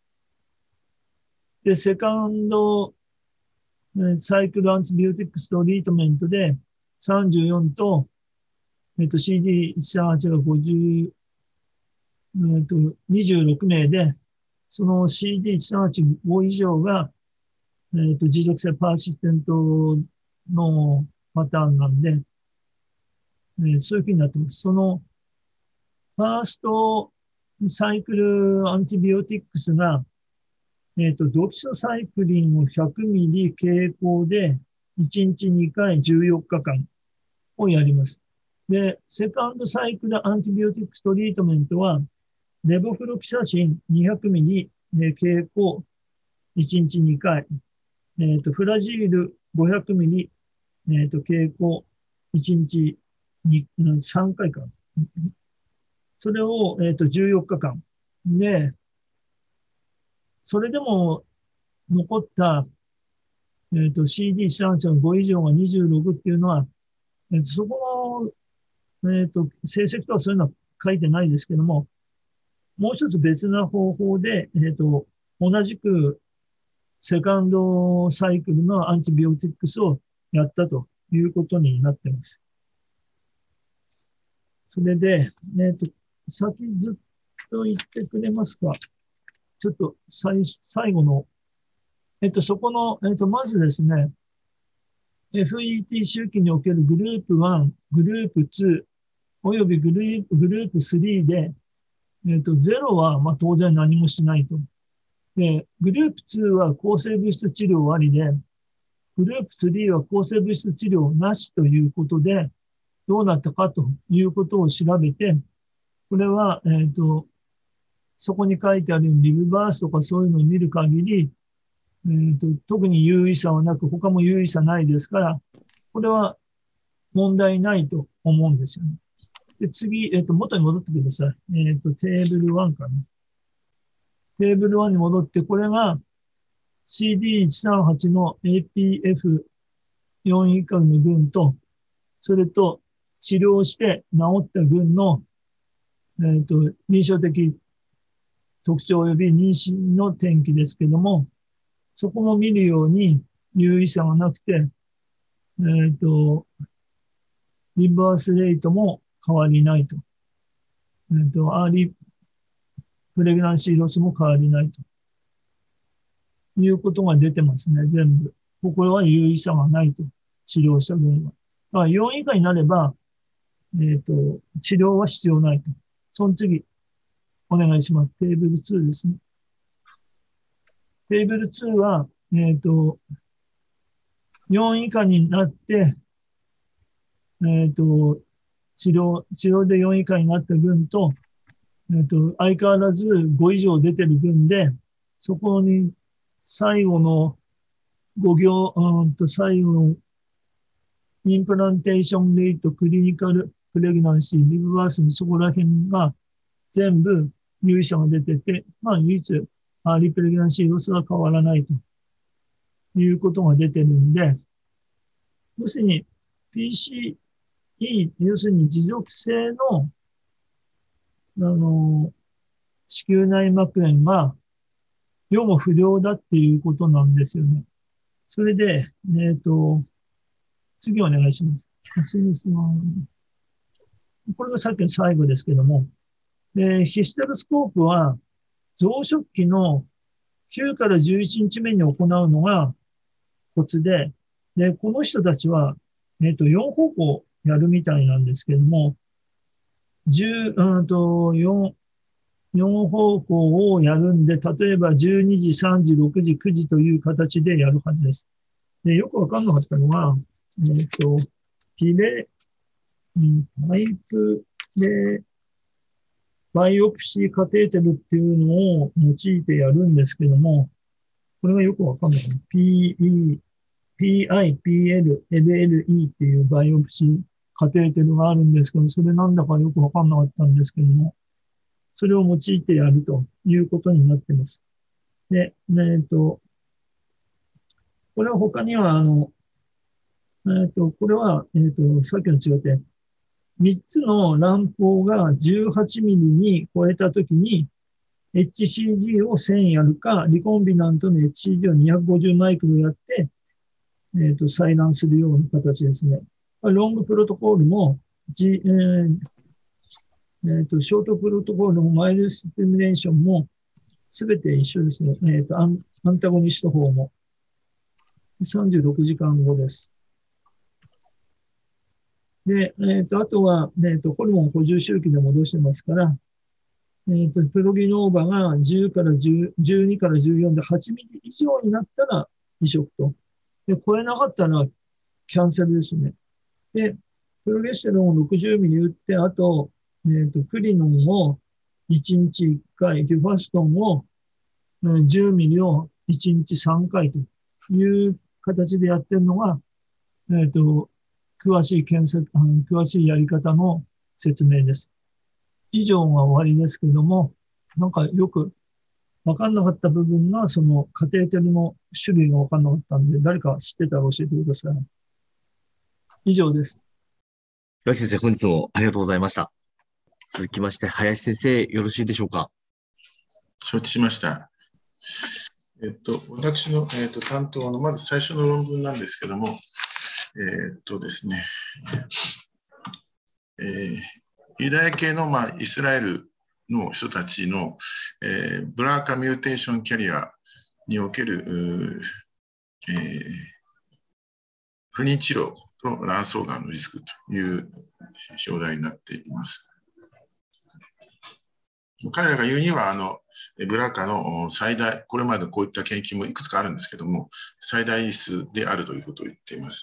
S4: で、セカンドサイクルアンティビオティックストリートメントでさんじゅうよんと、えっと、シーディーいちさんはち がごじゅう、えっと、にじゅうろく名で、その シーディーいちさんはちご以上が、えっと、持続性パーシステントのパターンなんで、えー、そういうふうになってます。その、ファーストサイクルアンティビオティックスが、えっと、ドキソサイクリンをひゃくミリ経口でいちにちにかいじゅうよっかかんをやります。で、セカンドサイクルアンティビオティックストリートメントは、レボフロキサシンにひゃくミリ経口いちにちにかい、えっと、フラジールごひゃくミリ、えっと、経口いちにちにさんかいか。それを、えっと、じゅうよっかかん。で、それでも残った、えっと、シーディーいちさんはち のご以上がにじゅうろくっていうのは、えっと、そこの、えっと、成績とはそういうのは書いてないですけども、もう一つ別な方法で、えっと、同じくセカンドサイクルのアンチビオティックスをやったということになっています。それで、えっと、先ずっと言ってくれますか。ちょっと最、最後の、えっと、そこの、えっと、まずですね、エフイーティー 周期におけるグループワン、グループツー、およびグループ、グループスリーで、えっと、ゼロは、まあ、当然何もしないと。で、グループツーは抗生物質治療ありで、グループスリーは抗生物質治療なしということで、どうなったかということを調べて、これは、えっと、そこに書いてあるリブバースとかそういうのを見る限り、えっと、特に有意差はなく、他も有意差ないですから、これは問題ないと思うんですよね。で、次、えっと、元に戻ってください。えっと、テーブルワンかな。テーブルワンに戻って、これが シーディーいちさんはち の エーピーエフよん 以下の群と、それと治療して治った群の、えっと、臨床的特徴及び妊娠の転機ですけども、そこも見るように有意差がなくて、えっと、リバースレートも変わりないと。えっと、アーリープレグナンシーロスも変わりないということが出てますね、全部。これは有意差がないと、治療した分は。だからよん以下になれば、えっと、治療は必要ないと。その次、お願いします。テーブルツーですね。テーブルツーは、えっと、よん以下になって、えっと、治療、治療でよん以下になった群と、えっと、相変わらずご以上出てる群で、そこに最後のご行、うんと最後のインプランテーションレート、クリニカルプレグナンシー、リブバースのそこら辺が全部有意差が出てて、まあ唯一アーリープレグナンシーロスは変わらないということが出てるんで、要するに ピーシーイー、要するに持続性の、あの、子宮内膜炎が世も不良だっていうことなんですよね。それで、えっと、次お願いします。これがさっきの最後ですけども、でヒステロスコープは増殖期のきゅうからじゅういちにちめに行うのがコツで、で、この人たちは、えっと、よん方向やるみたいなんですけども、じゅう、うんと、4、よん方向をやるんで、例えばじゅうにじ、さんじ、ろくじ、くじという形でやるはずです。で、よくわかんなかったのは、えっと、ピレ、パイプで、バイオプシーカテーテルっていうのを用いてやるんですけども、これがよくわかんない。ピーイー、ピーアイ、ピーエル、エルエルイー っていうバイオプシーカテーテルがあるんですけど、それなんだかよくわかんなかったんですけども、それを用いてやるということになっています。で、えっと、これは他には、あの、えっと、これは、えっと、さっきの違って、みっつの乱暴がじゅうはちミリに超えたときに、エイチシージー をせんやるか、リコンビナントの エイチシージー をにひゃくごじゅうマイクロやって、えっと、採卵するような形ですね。ロングプロトコールも、G えーえっと、ショートプロトコールもマイルスティミュレーションもすべて一緒ですね。えっとアン、アンタゴニスト法も。さんじゅうろくじかんごです。で、えっと、あとは、えっと、ホルモン補充周期で戻してますから、えっと、プロギノーバがじゅうからじゅう、じゅうにからじゅうよんではちミリ以上になったら移植と。で、超えなかったらキャンセルですね。で、プロゲステロンをろくじゅうミリ打って、あと、えっと、クリノンをいちにちいっかい、デュファストンをじゅうミリをいちにちさんかいという形でやってるのが、えっと、詳しい検索、詳しいやり方の説明です。以上が終わりですけども、なんかよくわかんなかった部分が、そのカテーテルの種類がわかんなかったんで、誰か知ってたら教えてください。以上です。
S1: 岩木先生、本日もありがとうございました。続きまして、林先生、よろしいでしょうか。
S5: 承知しました。えっと、私の、えっと、担当の、まず最初の論文なんですけども、えっとですね、えー、ユダヤ系の、まあ、イスラエルの人たちの、えー、ブラーカミューテーションキャリアにおける、えー、不妊治療と卵巣がんのリスクという表題になっています。彼らが言うには、あの、ブラーカの最大、これまでこういった研究もいくつかあるんですけども、最大数であるということを言っています。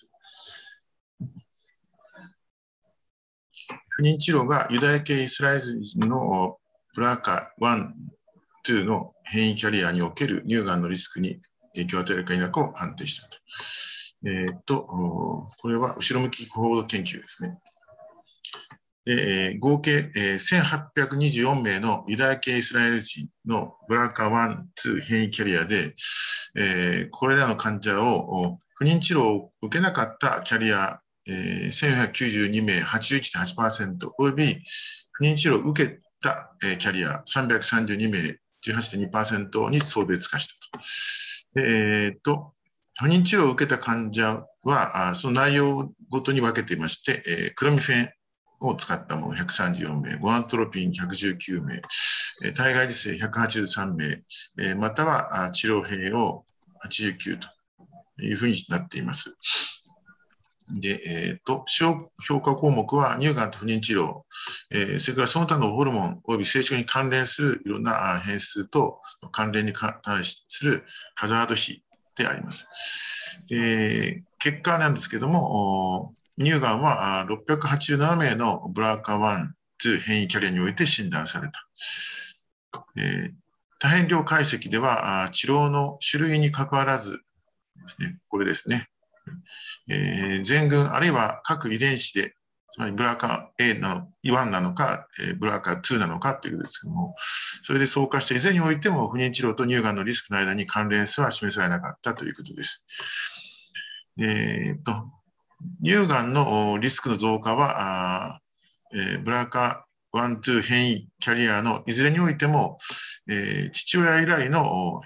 S5: 不妊治療がユダヤ系イスラエル人のブラーカいち、にの変異キャリアにおける乳がんのリスクに影響を与えるか否かを判定したと。えー、っと、これは後ろ向き報道研究ですね。で、合計せんはっぴゃくにじゅうよんめいのユダヤ系イスラエル人のブラーカいち、に変異キャリアで、えー、これらの患者を不妊治療を受けなかったキャリア、えー、せんよんひゃくきゅうじゅうにめい はちじゅういってんはちパーセント および不妊治療を受けた、えー、キャリアさんびゃくさんじゅうにめい じゅうはちてんにパーセント に層別化したと。えー、っと不妊治療を受けた患者はその内容ごとに分けていまして、えー、クロミフェンを使ったものひゃくさんじゅうよんめい、ゴアントロピンひゃくじゅうきゅうめい、体外受精ひゃくはちじゅうさんめい、または治療兵をはちじゅうきゅうというふうになっています。で、えっと、主要評価項目は乳がんと不妊治療、えー、それからその他のホルモン及び成長に関連するいろんな変数と関連に対するハザード比であります。えー、結果なんですけども、乳がんはろっぴゃくはちじゅうななめいのブラーカいち、に変異キャリアにおいて診断された。えー、多変量解析では治療の種類に関わらずですね、これですね、えー、全群あるいは各遺伝子で、つまりブラーカ A なの、いちなのか、えー、ブラーカになのかということですけども、それで相加していずれにおいても不妊治療と乳がんのリスクの間に関連性は示されなかったということです。えー、っと乳がんのリスクの増加は、えー、ブラーカいち、に変異キャリアのいずれにおいても、えー、父親以来の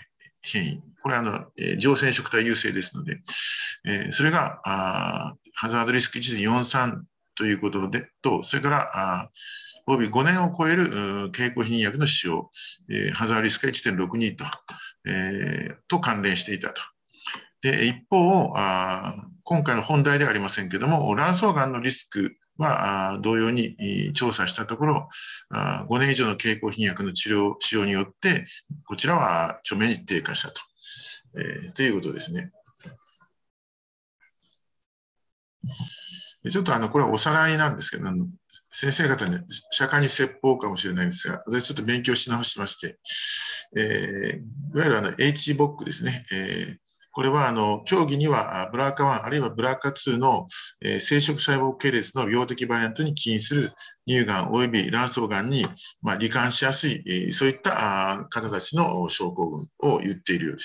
S5: 変異。これはあの、えー、上染色体優勢ですので、えー、それがあハザードリスク いちてんよんさん ということで、と、それからあおよびごねんを超える経口避妊薬の使用、えー、ハザードリスクが いってんろくに と、えー、と関連していたと。で、一方あ、今回の本題ではありませんけれども、卵巣がんのリスクは同様に調査したところ、ごねん以上の経口避妊薬の治療、使用によって、こちらは著名に低下したと、えー、ということですね。ちょっとあの、これはおさらいなんですけど、先生方に釈迦に説法かもしれないんですが、私ちょっと勉強し直しまして、えー、いわゆるあの エイチ ボックですね。えー、これはあの、競技にはブラーカワンあるいはブラーカツーの、えー、生殖細胞系列の病的バリアントに起因する乳がん及び卵巣がんに、まあ、罹患しやすい、えー、そういった方たちの症候群を言っているようです。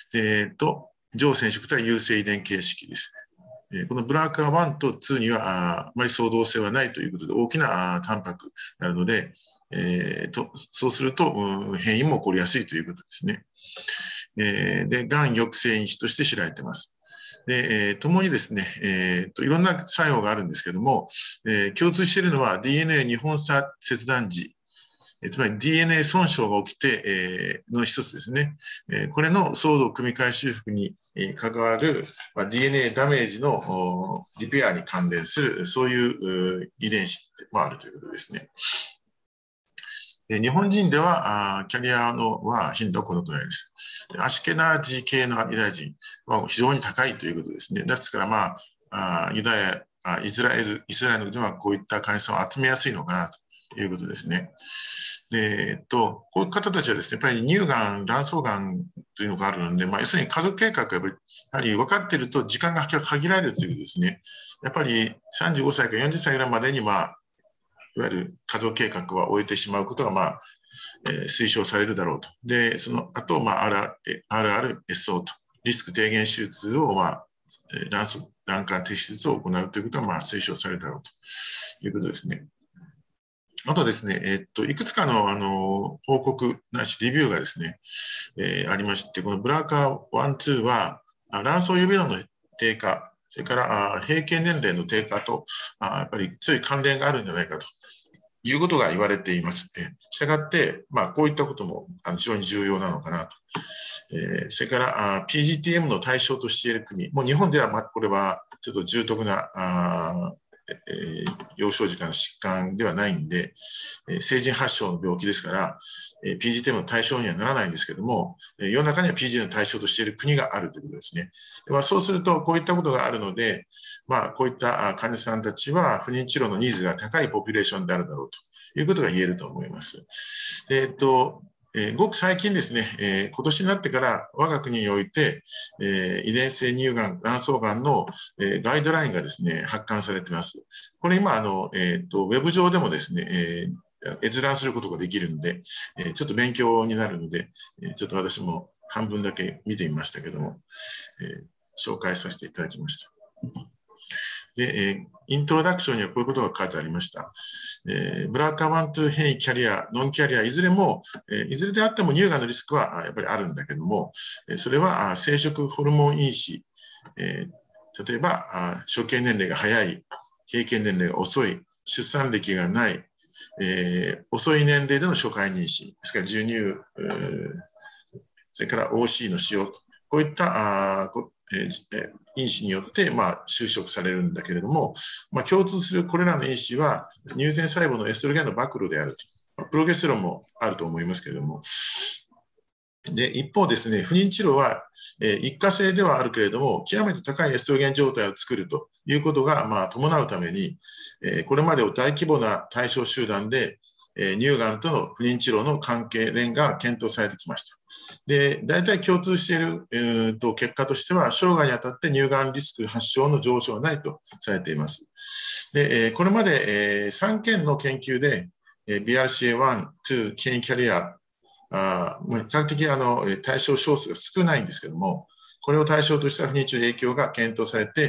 S5: えー、と、上染色体優性遺伝形式です。このブラーカワンとツーにはあまり相動性はないということで、大きなタンパクになるので、えー、とそうすると、うん、変異も起こりやすいということですね。えー、で、がん抑制因子として知られています。で、えー、共にですね、えーと、いろんな作用があるんですけども、えー、共通しているのは ディーエヌエー 二本差切断時、つまり ディーエヌエー 損傷が起きて、えー、の一つですね。えー、これの相動組み換え修復に、えー、関わる、まあ、ディーエヌエー ダメージのリペアに関連する、そういう遺伝子もあるということですね。で日本人ではあキャリアのは頻度はこのくらいです。アシュケナージ系のユダヤ人は非常に高いということですね。ですから、まあ、あユダヤあイスラエル、イスラエルではこういった患者さんを集めやすいのかなということですね。で、えっと、こういう方たちはですね、やっぱり乳がん、卵巣がんというのがあるので、まあ、要するに家族計画がやはり分かっていると時間が限られるということですね。やっぱりさんじゅうごさいからよんじゅっさいぐらいまでに、まあ、いわゆる家族計画は終えてしまうことが、まあ、えー、推奨されるだろうと。で、その後、まあ、アールアールエスオー と、リスク低減手術を、まあ、卵巣、卵管摘出を行うということは、まあ、推奨されるだろうということですね。あとですね、えっと、いくつかの、あの、報告ないし、レビューがですね、えー、ありまして、このブラーカワン、ツーは、卵巣予備能の低下、それから平均年齢の低下と、あやっぱり強い関連があるんじゃないかということが言われています。したがって、まあ、こういったことも非常に重要なのかなと。えー、それからあ ピージーティーエム の対象としている国、もう日本では、まあ、これはちょっと重篤な、あえー、幼少時間の疾患ではないんで、えー、成人発症の病気ですから、えー、ピージーティーエム の対象にはならないんですけども、えー、世の中には ピージーティーエム の対象としている国があるということですね。でまあ、そうすると、こういったことがあるので、まあ、こういった患者さんたちは不妊治療のニーズが高いポピュレーションであるだろうということが言えると思います。えー、っとえー、ごく最近ですね、えー、今年になってから我が国において、えー、遺伝性乳がん、卵巣がんの、えー、ガイドラインがですね、発刊されています。これ今、あの、えー、と、ウェブ上でもですね、えー、閲覧することができるんで、えー、ちょっと勉強になるので、えー、ちょっと私も半分だけ見てみましたけども、えー、紹介させていただきました。で、えー、イントロダクションにはこういうことが書いてありました。えー、ブラーカワン、ツー変異キャリア、ノンキャリア、いずれも、えー、いずれであっても乳がんのリスクはやっぱりあるんだけども、えー、それは生殖ホルモン因子、えー、例えば初経年齢が早い、閉経年齢が遅い、出産歴がない、えー、遅い年齢での初回妊娠、ですから授乳、えー、それから オーシー の使用と、こういったあえー、因子によって、まあ、修飾されるんだけれども、まあ、共通するこれらの因子は乳腺細胞のエストロゲンの暴露であると、まあ、プロゲステロンもあると思いますけれども、で一方ですね、不妊治療は、えー、一過性ではあるけれども、極めて高いエストロゲン状態を作るということが、まあ、伴うために、えー、これまで大規模な対象集団で、えー、乳がんとの不妊治療の関係連が検討されてきました。で、大体共通している、えー、と結果としては、生涯にあたって乳がんリスク発症の上昇はないとされています。で、えー、これまで、えー、さんけんの研究で、えー、ビーアールシーエーワン、ツー、変異キャリア、あ比較的あの対象小数が少ないんですけども、これを対象とした不妊治療の影響が検討されて、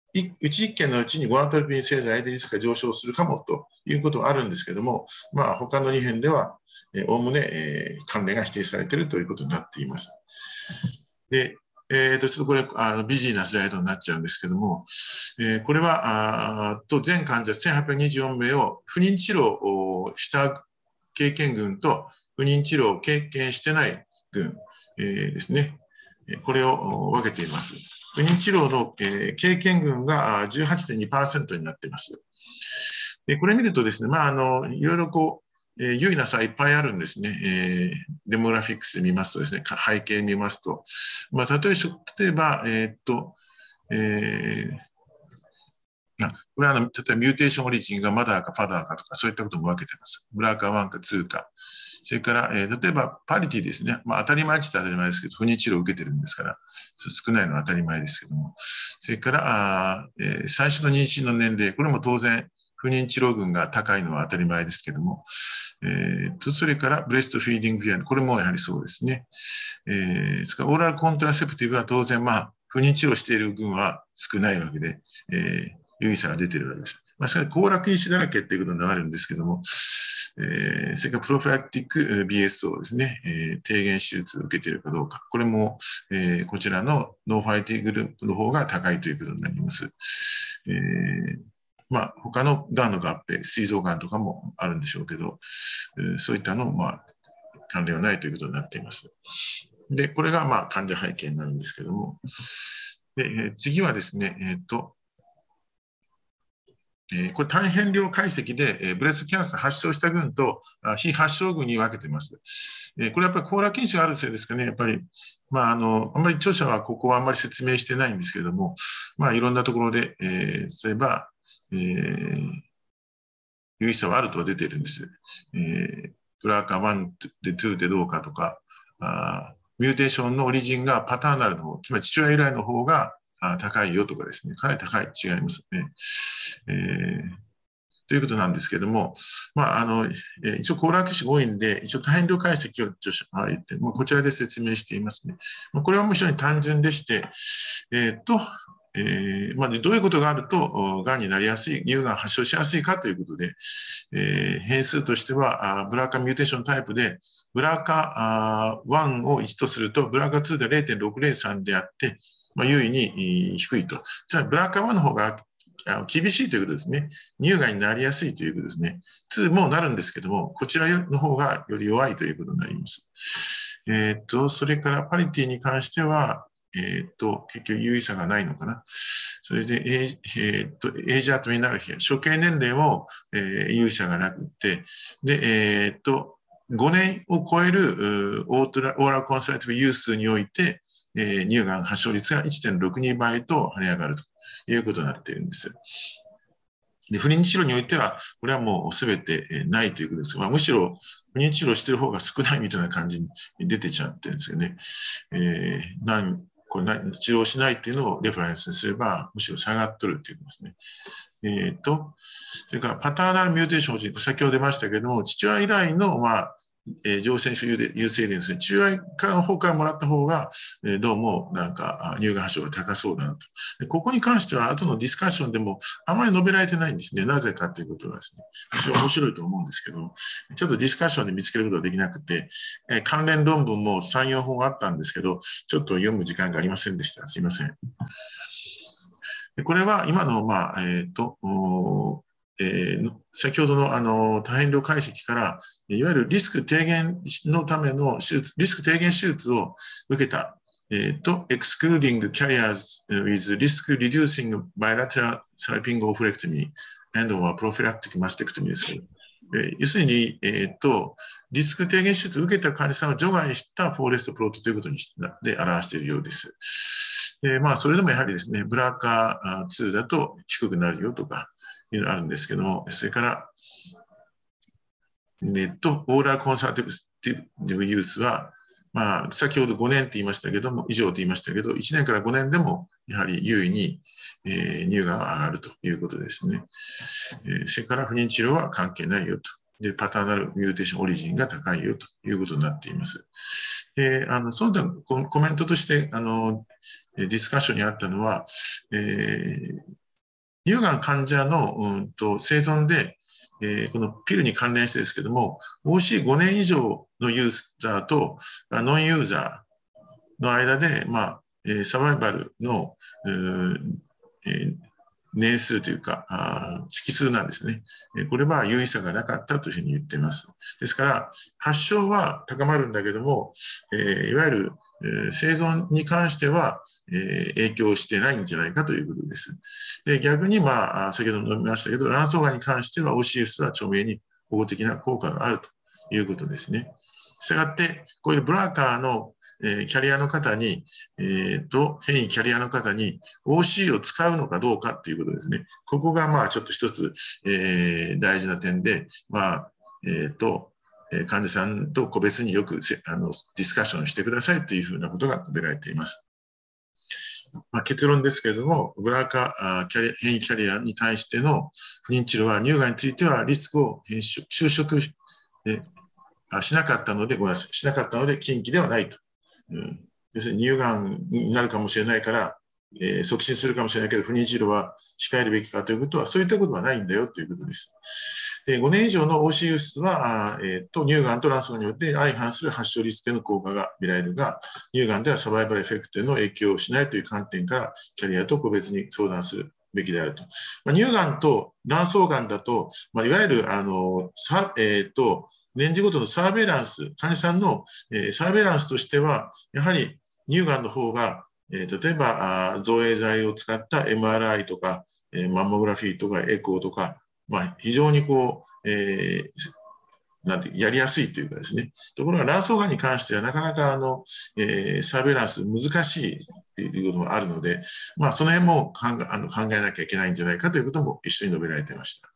S5: うちいっけんのうちにゴナトロピン製剤でリスクが上昇するかもということはあるんですけども、まあ、他のにへんでは、おおむね、えー、関連が否定されているということになっています。で、えー、とちょっとこれあのビジーなスライドになっちゃうんですけども、えー、これはあと全患者せんはっぴゃくにじゅうよんめいを不妊治療をした経験群と不妊治療を経験してない群、えー、ですね、これを分けています。不妊治療の、えー、経験群が じゅうはちてんにパーセント になっています。でこれ見るとですね、まあ、あのいろいろこう、えー、有意な差いっぱいあるんですね。えー、デモグラフィックスで見ますとですね、背景見ますと、まあ、例え例えば、えー、っと、えーこれはあの、例えばミューテーションオリジンがマダーかファダーかとか、そういったことも分けています。ブラーカワンかツーか。それから、えー、例えばパリティですね。まあ、当たり前っちゃ当たり前ですけど、不妊治療を受けてるんですから、少ないのは当たり前ですけども。それから、あえー、最初の妊娠の年齢、これも当然、不妊治療群が高いのは当たり前ですけども。えー、とそれから、ブレストフィーディングフィア、これもやはりそうですね。えー、それからオーラルコントラセプティブは当然、まあ、不妊治療している群は少ないわけで、えー有意差が出ているわけです。まあ、それは行楽因子だらけっていうことになるんですけども、えー、それからプロフィラクティック ビーエスオー ですね、えー、低減手術を受けているかどうか、これも、えー、こちらのノーファイティグループの方が高いということになります。えーまあ、他のがんの合併、膵臓がんとかもあるんでしょうけど、えー、そういったの、まあ、関連はないということになっています。で、これが、まあ、患者背景になるんですけども、で、えー、次はですね、えっと、えー、これ単変量解析で、えー、ブレストキャンサー発症した群とあ非発症群に分けています。えー、これやっぱりコーラ菌種があるせいですかね、やっぱり、まあ、あの、あんまり著者はここはあんまり説明してないんですけれども、まあ、いろんなところで、えー、例えば、えー、有意差はあるとは出ているんです。えー、ブラーカワンでツーでどうかとか、あミューテーションのオリジンがパターナルの方、つまり父親由来の方があ高いよとかですね、かなり高い、違いますね。えー、ということなんですけれども、まあ、あの、えー、一応、コーラーが多いんで、一応、多変量解析を著者は言って、もうこちらで説明していますね。これはもう非常に単純でして、えー、っと、えーまあ、どういうことがあると、がんになりやすい、乳がん発症しやすいかということで、えー、変数としては、ブラーカミューテーションタイプで、ブラーカワンをいちとすると、ブラーカツーで れいてんろくぜろさん であって、まあ、優位に低いと。つまり、ブラーカワンの方が厳しいということですね。乳がんになりやすいということですね。ツーもなるんですけども、こちらの方がより弱いということになります。えっと、それからパリティに関しては、えっと、結局有意差がないのかな。それで、えー、っと、エイジアートになる日、処刑年齢も、えー、有意差がなくって、で、えー、っと、ごねんを超えるオートラオーラルコンサルティブユースにおいて、えー、乳がん発症率が いってんろくに 倍と跳ね上がるということになっているんです。で、不妊治療においては、これはもうすべてないということですが、まあ、むしろ不妊治療している方が少ないみたいな感じに出てちゃってるんですよね。えー、何これ何治療しないっていうのをレファレンスにすれば、むしろ下がっとるっていうことですね。えっと、それからパターナルミューテーション、先ほど出ましたけども、父親由来の、まあ、えー、上腺腫優性ですね、父親からの方からもらった方が、えー、どうもなんか乳がん発症が高そうだなと。でここに関しては後のディスカッションでもあまり述べられてないんですね。なぜかということはですね、非常に面白いと思うんですけど、ちょっとディスカッションで見つけることができなくて、えー、関連論文もさん、よんほんあったんですけど、ちょっと読む時間がありませんでした。すいません。でこれは今の、まあ、えっと、えー、先ほどの、あの多変量解析から、いわゆるリスク低減のための手術、リスク低減手術を受けた、えー、と、excluding carriers with risk reducing bilateral salpingo oophorectomy and or prophylactic mastectomy ですけど、えー、要するに、えー、と、リスク低減手術を受けた患者さんを除外したフォーレストプロットということにで表しているようです。えー、まあ、それでもやはりですね、ブラーカツーだと低くなるよとか、いうのがあるんですけども、それから、ネット、オーラルコンサーティブユースは、まあ、先ほどごねんって言いましたけども、以上と言いましたけど、いちねんからごねんでも、やはり優位に、えー、乳がんが上がるということですね。えー、それから不妊治療は関係ないよと。で、パターナルミューテーションオリジンが高いよということになっています。で、あの、その他コメントとして、あの、ディスカッションにあったのは、えー乳がん患者の、うんと生存で、えー、このピルに関連してですけども、オーシーご 年以上のユーザーとノンユーザーの間で、まあ、えー、サバイバルの、えー、年数というか、あ月数なんですね。これは有意差がなかったというふうに言っています。ですから、発症は高まるんだけども、えー、いわゆる、えー、生存に関しては、えー、影響してないんじゃないかということです。で、逆に、まあ、先ほど述べましたけど、卵巣がんに関しては オーシーエス は著名に保護的な効果があるということですね。したがって、こういうブラーカーのえー、キャリアの方に、えー、と、変異キャリアの方に オーシー を使うのかどうかということですね。ここがまあちょっと一つ、えー、大事な点で、まあ、えー、と、患者さんと個別によくあのディスカッションしてくださいというふうなことが述べられています。まあ、結論ですけれども、ブラーカキャリア変異キャリアに対しての不妊治療は乳がんについてはリスクを収縮しなかったので、ごめんなさい、しなかったので禁忌ではないと。うん、要するに乳がんになるかもしれないから、えー、促進するかもしれないけど、不妊治療は控えるべきかということは、そういったことはないんだよということです。でごねん以上の オーシー 輸出は、あえー、と乳がんと卵巣がんによって相反する発症リスクへの効果が見られるが、乳がんではサバイバルエフェクトへの影響をしないという観点から、キャリアと個別に相談するべきであると。まあ、乳がんと卵巣がんだと、まあ、いわゆるあのさ、えーと年次ごとのサーベイランス、患者さんの、えー、サーベイランスとしては、やはり乳がんの方が、えー、例えばあ造影剤を使った エムアールアイ とか、えー、マンモグラフィーとかエコーとか、まあ、非常にこう、えー、なんてやりやすいというかですね。ところが卵巣がんに関してはなかなかあの、えー、サーベイランス難しいということもあるので、まあ、その辺も考え、あの考えなきゃいけないんじゃないかということも一緒に述べられていました。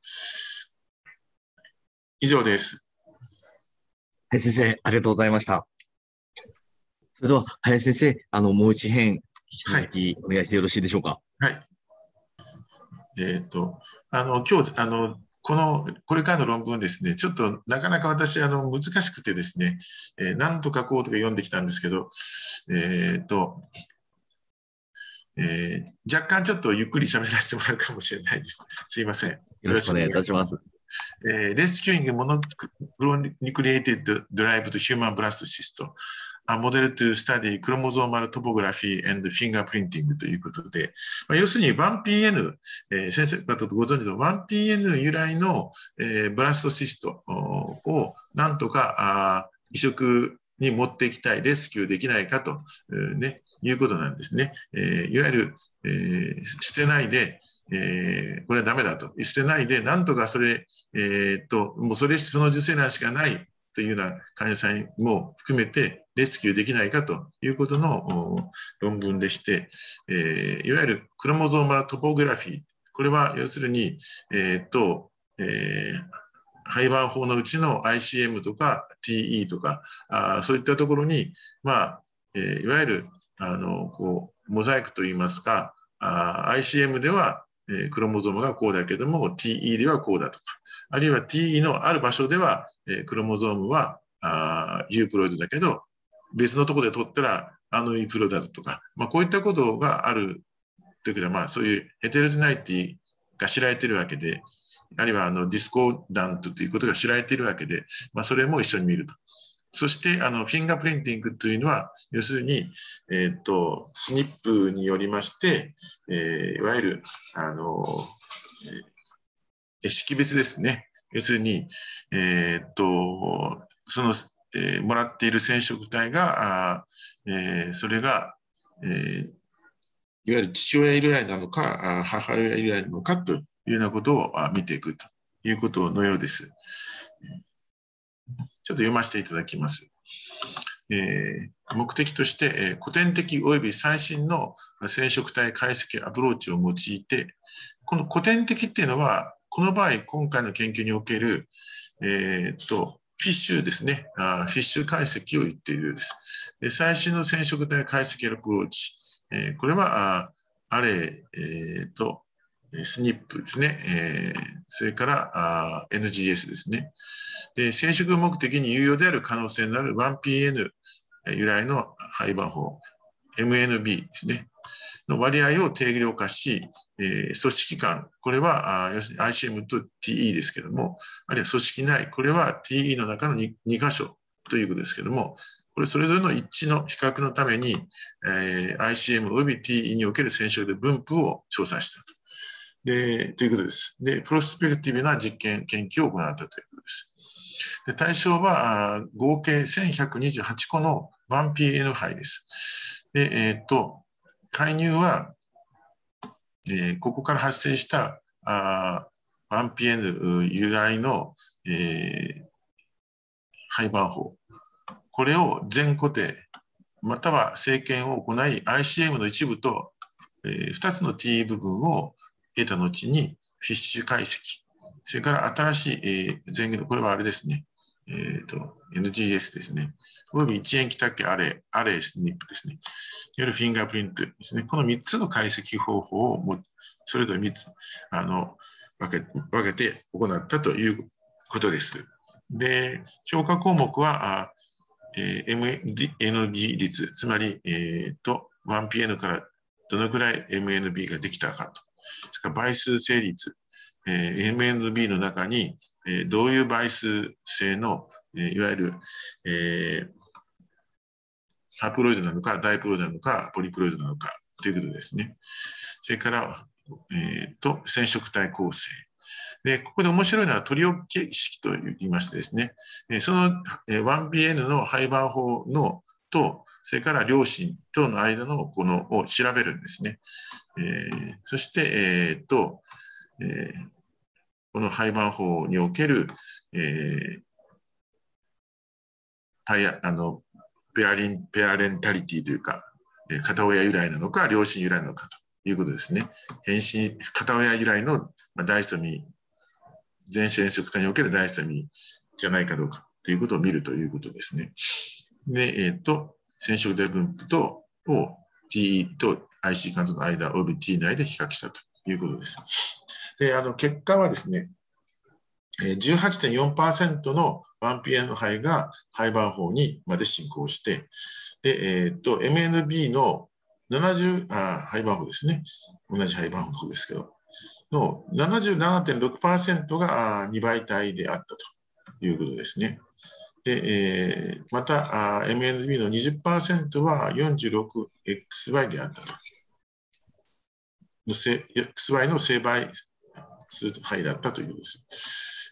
S5: 以上です。
S1: はい、先生、ありがとうございました。それでは、林先生、あの、もう一編、引き続きお願いしてよろしいでしょうか。
S5: はい。えっと、あの、今日、あの、この、これからの論文ですね、ちょっとなかなか私、あの、難しくてですね、えー、なんとかこうとか読んできたんですけど、えっと、えー、若干ちょっとゆっくり喋らせてもらうかもしれないです。すいません。よ
S1: ろしくお願いいたします。
S5: Uh, rescuing mononucleated derived human blast cyst, a model to study chromosomal topography and fingerprinting ということで、まあ、要するに ワンピーエヌ、えー、先生方とご存知の ワンピーエヌ 由来の、えー、ブラストシストをなんとかあ移植に持っていきたい、レスキューできないかと、えーね、いうことなんですね。えー、いわゆる、えー、捨てないで、えー、これはダメだと。捨てないで、なんとかそれ、えー、っと、もうそれ、その受精卵しかないというような患者さんも含めて、レスキューできないかということの論文でして、えー、いわゆるクロモゾーマルトポグラフィー。これは要するに、えー、っと、えー、胚盤法のうちの アイシーエム とか ティーイー とか、あそういったところに、まあ、えー、いわゆる、あの、こう、モザイクといいますか、あ アイシーエム では、えー、クロモゾームがこうだけども ティーイー ではこうだとか、あるいは ティーイー のある場所では、えー、クロモゾームはあユープロイドだけど、別のところで取ったらアノイプロイドだとか、まあ、こういったことがあるということは、まあ、そういうヘテロジナイティが知られているわけで、あるいはあのディスコーダントということが知られているわけで、まあ、それも一緒に見ると。そして、あの、フィンガープリンティングというのは、要するに、えっと、スニップによりまして、えー、いわゆる、あの、えー、識別ですね。要するに、えっと、その、えー、もらっている染色体が、あえー、それが、えー、いわゆる父親由来なのか、母親由来なのかというようなことを見ていくということのようです。ちょっと読ませていただきます。えー、目的として、えー、古典的及び最新の染色体解析アプローチを用いて、この古典的っていうのは、この場合、今回の研究における、えー、っと、フィッシュですね。あフィッシュ解析を言っているようです。で最新の染色体解析アプローチ。えー、これは、あアレイ、えー、と、スニップですね。えー、それからあ エヌジーエス ですね。で生殖目的に有用である可能性のある ワンピーエヌ 由来の胚盤法、エムエヌビー ですね。 の割合を定量化し、えー、組織間、これはあ要するに アイシーエム と ティーイー ですけども、あるいは組織内、これは ティーイー の中の 2, 2箇所ということですけども、これそれぞれの一致の比較のために、えー、アイシーエム および ティーイー における染色で分布を調査したと。で、ということです。で、プロスペクティブな実験、研究を行ったということです。で、対象は合計せんひゃくにじゅうはちこの ワンピーエヌ 肺です。で、えー、っと、介入は、えー、ここから発生したあ ワンピーエヌ 由来の、えー、胚盤法。これを全固定、または生検を行い、アイシーエム の一部と、えー、ふたつの T 部分を得た後に、フィッシュ解析。それから新しい、えー、前後の、これはあれですね。えっと、エヌジーエス ですね。および一塩基多形アレイ、アレイスニップですね。いわゆるフィンガープリントですね。このみっつの解析方法をもそれぞれみっつ、あの、分け、分けて行ったということです。で、評価項目は、えー、エムエヌビー 率、つまり、えっと、ワンピーエヌ からどのくらい エムエヌビー ができたかと。それから倍数成立、えー、エムエヌビー の中に、えー、どういう倍数性の、えー、いわゆる、えー、ハプロイドなのか、ダイプロイドなのか、ポリプロイドなのかということですね。それから、えー、と染色体構成。で、ここで面白いのはトリオ形式と言いましてですね、その ワンピーエヌ の胚盤法のと、それから両親との間のこのを調べるんですね。えー、そして、えーとえー、この胚盤法における、えー、パイあのペアリン、ペアレンタリティというか、片親由来なのか、両親由来なのかということですね。変身、片親由来のダイソミー、全染色体におけるダイソミーじゃないかどうかということを見るということですね。で、えっ、ー、と、染色体分布とを ティーイー と アイシー 間との間および T 内で比較したということです。で、あの、結果はですね、じゅうはちてんよんパーセント の ワンピーエヌ 胚が胚盤法にまで進行して、で、えっ、ー、と、エムエヌビー のななじゅう、あ、胚盤法ですね。同じ胚盤法ですけど、の ななじゅうななてんろくパーセント がにばい体であったということですね。で、えー、また、エムエヌビー の にじゅっパーセント は よんじゅうろくエックスワイ であったと。エックスワイ の正倍数胚だったということです。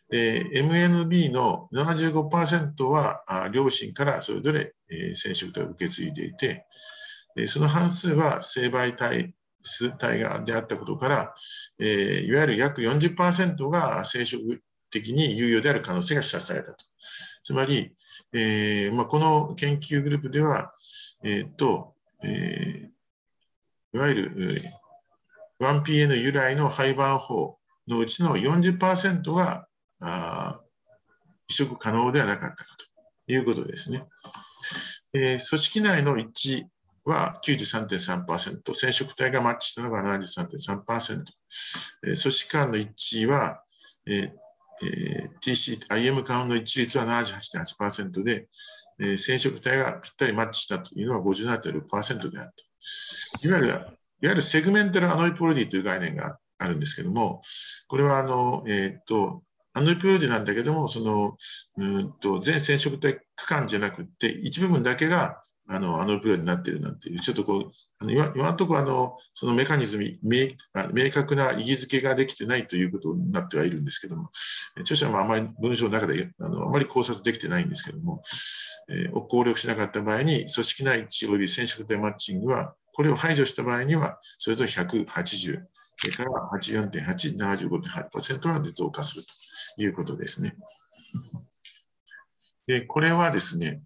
S5: で、エムエヌビー の ななじゅうごパーセント は両親からそれぞれ染色体を受け継いでいて、その半数は正倍体数体がであったことから、えー、いわゆる約 よんじゅっパーセント が生殖的に有用である可能性が示唆されたと。つまり、えーまあ、この研究グループでは、えーとえー、いわゆる ワンピーエヌ 由来の胚盤法のうちの よんじゅっパーセント があ移植可能ではなかったかということですね。えー、組織内の一致は きゅうじゅうさんてんさんパーセント、染色体がマッチしたのが ななじゅうさんてんさんパーセント、えー、組織間の一致は、えーえー、ティーシー、アイエム 間の一致率は ななじゅうはちてんはちパーセント で、えー、染色体がぴったりマッチしたというのは ごじゅうななてんろくパーセント であった。いわゆる、いわゆるセグメンタルアノイプロディという概念があるんですけども、これはあの、えー、っと、アノイプロディなんだけども、その、うんと全染色体区間じゃなくて、一部分だけがあの、アノイプロディになっているなんていう、ちょっとこう、あの 今, 今のところあの、そのメカニズム明、明確な意義づけができてないということになってはいるんですけども、著者もあまり文章の中であのあまり考察できてないんですけども、えー、を考慮しなかった場合に、組織内一致および染色体マッチングは、これを排除した場合には、それとひゃくはちじゅう、それから はちじゅうよんてんはち、ななじゅうごてんはちパーセント まで増加するということですね。で、これはですね、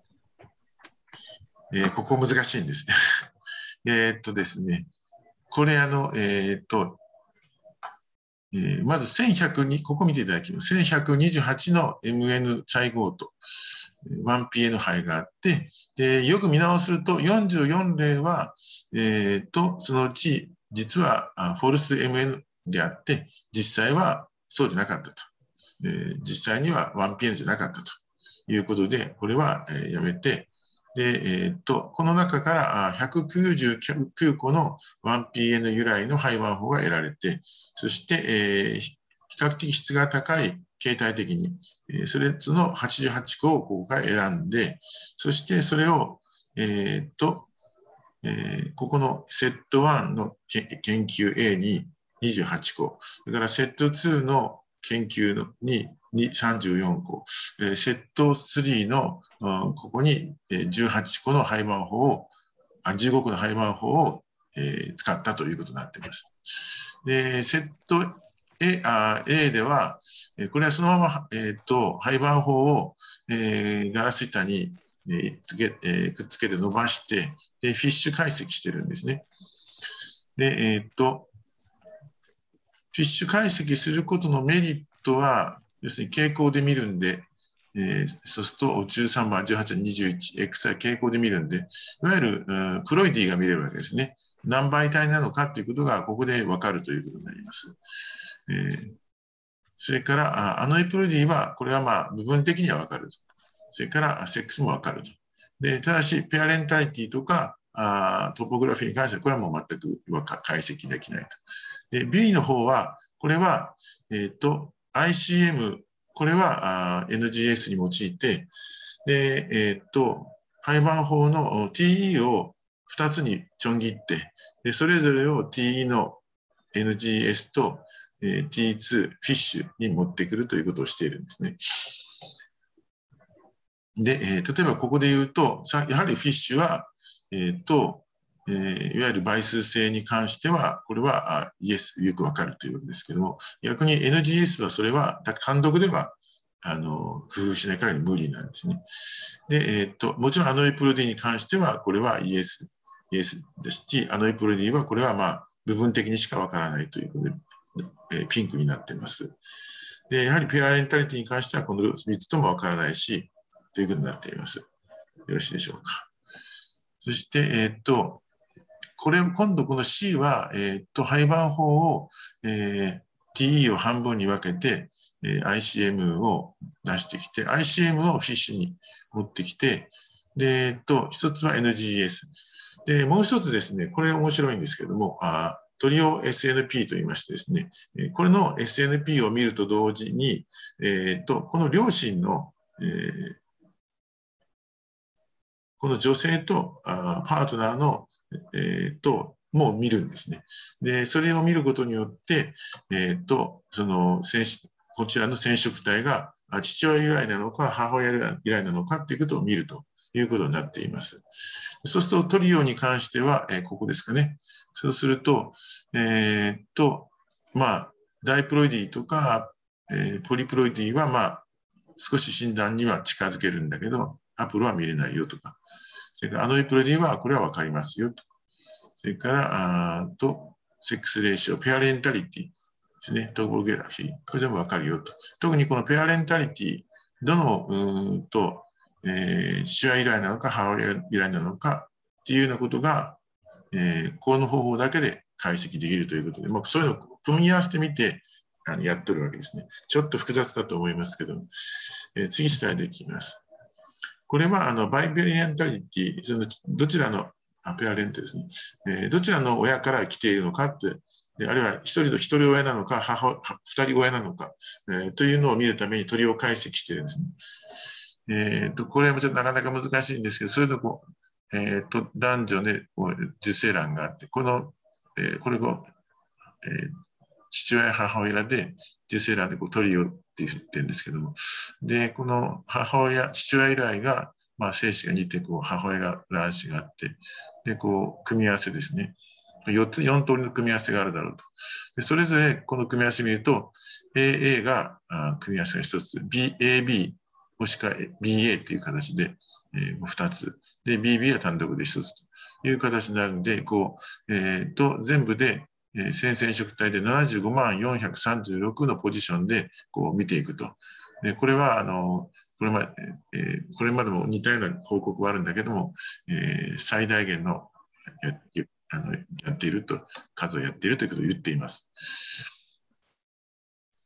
S5: えー、ここ難しいんですね。えっとですね、これあの、えー、っと、えー、まずせんひゃくに、ここ見ていただきます。せんひゃくにじゅうはちの エムエヌ 細胞と ワンピーエヌ 胚があって、でよく見直するとよんじゅうよんれいは、えー、っと、そのうち実はフォルス エムエヌ であって、実際はそうじゃなかったと。えー、実際には ワンピーエヌ じゃなかったということで、これは、えー、やめて、 で、えー、っと、この中からひゃくきゅうじゅうきゅうこの ワンピーエヌ 由来の配番法が得られて、そして、えー、比較的質が高い形態的に、えー、それのはちじゅうはちこをここから選んで、そしてそれを、えー、っと、えー、ここのセットワンの研究 A ににじゅうはちこ、それからセットツーの研究のにさんじゅうよんこ、えー、セットスリーの、うん、ここにじゅうはちこの配番法を、あじゅうごこの配番法を、えー、使ったということになっています。で、セット A, あ A では、えー、これはそのまま、えー、と配番法を、えー、ガラス板に、えーつけえー、くっつけて伸ばして、で、フィッシュ解析してるんですね。で、えっ、と、フィッシュ解析することのメリットは、要するに傾向で見るんで、えー、そうするとじゅうさんばん、じゅうはちばん、にじゅういち、エックスアイ 傾向で見るんで、いわゆる、うん、プロイディが見れるわけですね。何倍体なのかということがここで分かるということになります。えー、それからアノイプロイディは、これはまあ部分的には分かると。それからセックスも分かると。でただし、ペアレンタリティとかあトポグラフィーに関しては、これはもう全く解析できないと。で、B の方は、これは、えっと、アイシーエム、これはあ エヌジーエス に用いて、で、えっと、配番法の ティーイー をふたつにちょん切って、でそれぞれを ティーイー の エヌジーエス と、えー、ティーツー フィッシュに持ってくるということをしているんですね。で、えー、例えばここで言うと、やはりフィッシュは、えーとえー、いわゆる倍数性に関しては、これはあイエス、よくわかるというわけですけども、逆に エヌジーエス はそれは単独ではあの工夫しない限り無理なんですね。で、えーと、もちろんアノイプロディに関しては、これはイエス、イエスですし、アノイプロディはこれはまあ部分的にしかわからないということで、えー、ピンクになっています。で、やはりペアレンタリティに関しては、このみっつともわからないし、ということになっています。よろしいでしょうか。そして、えー、っと、これ、今度この C は、えー、っと、配番法を、えー、ティーイー を半分に分けて、えー、アイシーエム を出してきて、アイシーエム をフィッシュに持ってきて、で、えー、っと、一つは エヌジーエス。で、もう一つですね、これ面白いんですけども、あトリオ エスエヌピー と言いましてですね、これの エスエヌピー を見ると同時に、えー、っと、この両親の、えーこの女性とあパートナーの、えー、とも見るんですね。で、それを見ることによって、えー、とそのこちらの染色体が父親由来なのか母親由来なのかということを見るということになっています。そうするとトリオに関しては、えー、ここですかね。そうすると、えー、とまあ、ダイプロイディとか、えー、ポリプロイディは、まあ、少し診断には近づけるんだけど、アプロは見れないよとか、それからアノイプロディはこれは分かりますよと。それから、あと、セックスレーション、ペアレンタリティですね、トポグラフィー、これでも分かるよと。特にこのペアレンタリティ、どの、うーんと、えー、父親由来なのか母親由来なのかっていうようなことが、えー、この方法だけで解析できるということで、まあ、そういうのを組み合わせてみて、あのやってるわけですね。ちょっと複雑だと思いますけど、えー、次スライドいきます。これはあのバイペアレンタリティ、そのどちらのペアレントですね、えー、どちらの親から来ているのかって、であるいは一人の一人親なのか、母二人親なのか、えー、というのを見るために鳥を解析しているんですね。えー、とこれもちょっとなかなか難しいんですけど、それとこう、えー、と男女で受精卵があって、この、えー、これを、えー、父親、母親で受精卵でこう鳥をって言ってるんですけども、で、この母親、父親由来が、まあ、精子が似て、こう母親が卵子があって、で、こう、組み合わせですね。よっつ、よん通りの組み合わせがあるだろうと。でそれぞれこの組み合わせを見ると、エーエー があ組み合わせがひとつ、ビーエービー、もしくは ビーエー という形で、えー、ふたつ、で、ビービー は単独でひとつという形になるので、こう、えー、と、全部で、えー、先染色体でななじゅうごまんよんひゃくさんじゅうろくのポジションでこう見ていくと。でこれはあのこれま、えー、これまでも似たような報告はあるんだけども、えー、最大限のやあのやっていると、数をやっているということを言っています。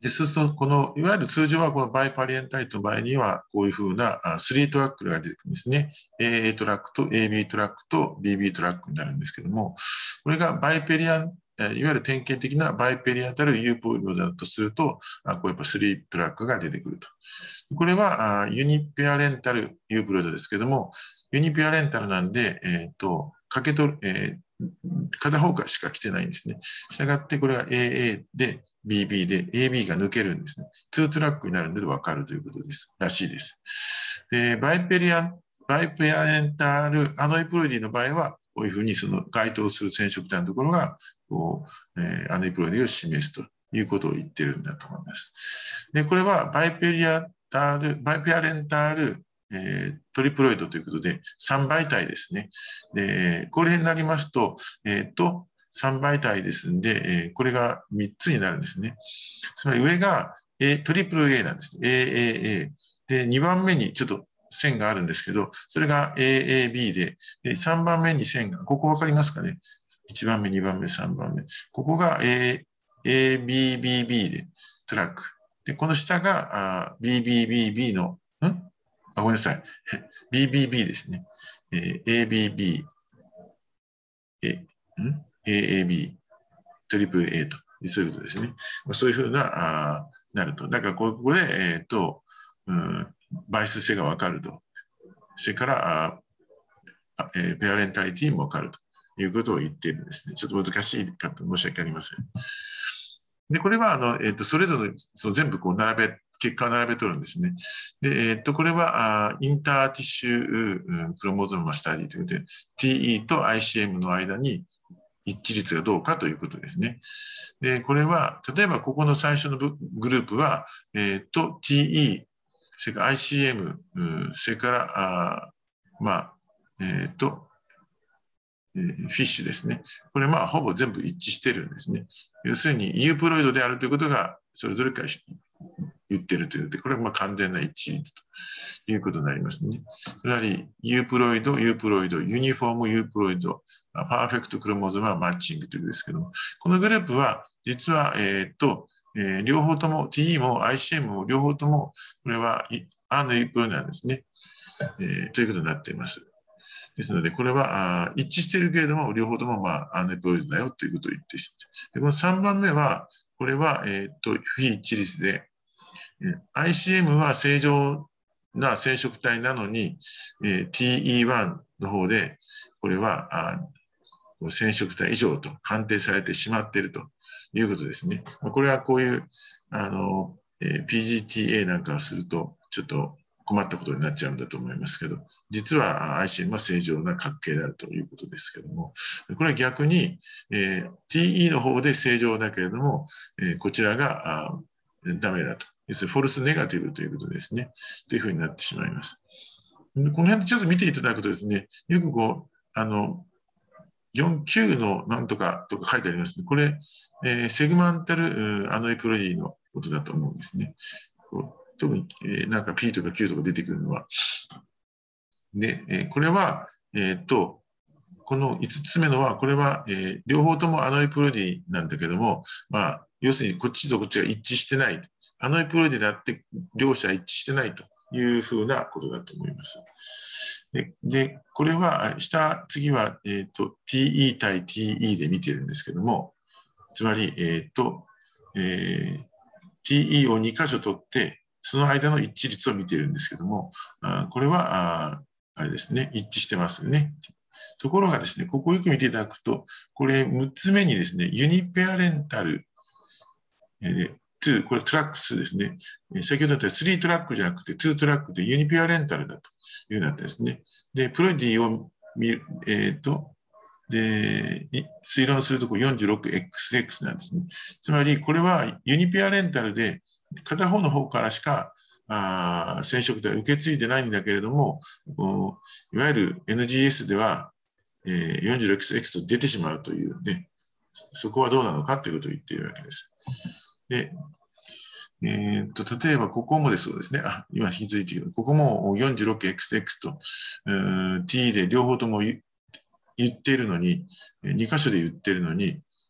S5: でそうすると、この、いわゆる通常はこのバイパリエンタリティの場合には、こういうふうなスリートラックが出てくるんですね。エーエー トラックと エービー トラックと ビービー トラックになるんですけども、これがバイペリアン、いわゆる典型的なバイペリアンタル U ポイロイドだとすると、こうやっぱスリートラックが出てくると。これはユニペアレンタル U ポイロイドですけども、ユニペアレンタルなんで、えっと、かけとる、えー、片方からしか来てないんですね。したがってこれが エーエー で ビービー で エービー が抜けるんですね。にトラックになるので分かるということです。らしいです。で、バイペリアン、バイペアレンタルアノイプロイディの場合は、こういうふうにその該当する染色体のところが、こう、えー、アノイプロイディを示すということを言ってるんだと思います。で、これはバイペリアタル、バイペアレンタルえー、トリプロイドということで、さん媒体ですね。で、これになりますと、えっと、さん媒体ですんで、えー、これがみっつになるんですね。つまり上が、A、トリプル A なんです。エーエーエー。で、にばんめにちょっと線があるんですけど、それが エーエービー で、で、さんばんめに線が、ここわかりますかね？ いち 番目、にばんめ、さんばんめ。ここが A、エービービービー でトラック。で、この下があ ビービービービー の、んあ、ごめんなさい。ビービービー ですね。えー、エービービー、え、ん エーエービー、トリプル A と、そういうことですね。そういうふうな、あなると。だからここで、えっと、うん、倍数性がわかると。それから、あえー、ペアレンタリティもわかるということを言っているんですね。ちょっと難しいかと申し訳ありません。で、これは、あの、えっと、それぞれ、そう全部こう並べ、結果を並べとるんですね。で、えっと、これは、あインターティッシュ、うん、クロモゾームスタディということで、ティーイー と アイシーエム の間に一致率がどうかということですね。で、これは、例えばここの最初のグループは、えっと、ティーイー、それから アイシーエム、うん、それから、あまあ、えっと、フィッシュですね。これまあほぼ全部一致してるんですね。要するに U プロイドであるということがそれぞれから言ってるというので、これはまあ完全な一致率ということになりますね。つまり U プロイド、U プロイド、ユニフォーム U プロイド、パーフェクトクロモゾームはマッチングということですけども、このグループは実は、えっと、えー、両方とも ティーイー も アイシーエム も両方ともこれは アール の U プロイドなんですね、えー。ということになっています。ですので、これは一致しているけれども、両方ともまあ、アール の プロイドだよということを言ってして、でこのさんばんめは、これは、えっと、非一致率で、アイシーエム は正常な染色体なのに、えー、ティーイーワン の方で、これはあ染色体異常と判定されてしまっているということですね。これはこういう、あの、えー、ピージーティーエー なんかをすると、ちょっと、困ったことになっちゃうんだと思いますけど、実は アイシーエム は正常な角形であるということですけども、これは逆に、えー、ティーイー の方で正常だけれども、えー、こちらがあダメだと。要するにフォルスネガティブということですね。というふうになってしまいます。この辺ちょっと見ていただくとですね、よくこう、あの、よんきゅうのなんとかとか書いてありますね。これ、えー、セグマンタルアノイプロディのことだと思うんですね。こう特に、えー、なんか P とか Q とか出てくるのは。で、えー、これは、えっと、このいつつめのは、これは、えー、両方ともアノイプロディなんだけども、まあ、要するにこっちとこっちが一致してない。アノイプロディであって、両者一致してないというふうなことだと思います。で、でこれは、下、次は、えっと、ティーイー 対 ティーイー で見てるんですけども、つまり、えっと、えー、ティーイー をに箇所取って、その間の一致率を見ているんですけども、あこれはあ、あれですね、一致してますね。ところがですね、ここをよく見ていただくと、これむっつめにですね、ユニペアレンタル、えー、に、これトラック数ですね。先ほど言ったさんトラックじゃなくてにトラックでユニペアレンタルだというようになったですね。で、プロディを見る、えっと、で、推論するとこ よんじゅうろくエックスエックス なんですね。つまり、これはユニペアレンタルで、片方の方からしかあ染色体を受け継いでないんだけれども、いわゆる エヌジーエス では、えー、よんじゅうろくエックスエックス と出てしまうというね、そこはどうなのかということを言っているわけです。で、えー、と例えばここもそうですね、あ今気づいている、ここも よんじゅうろくエックスエックス と T で両方とも言っているのに、に箇所で言っているのに、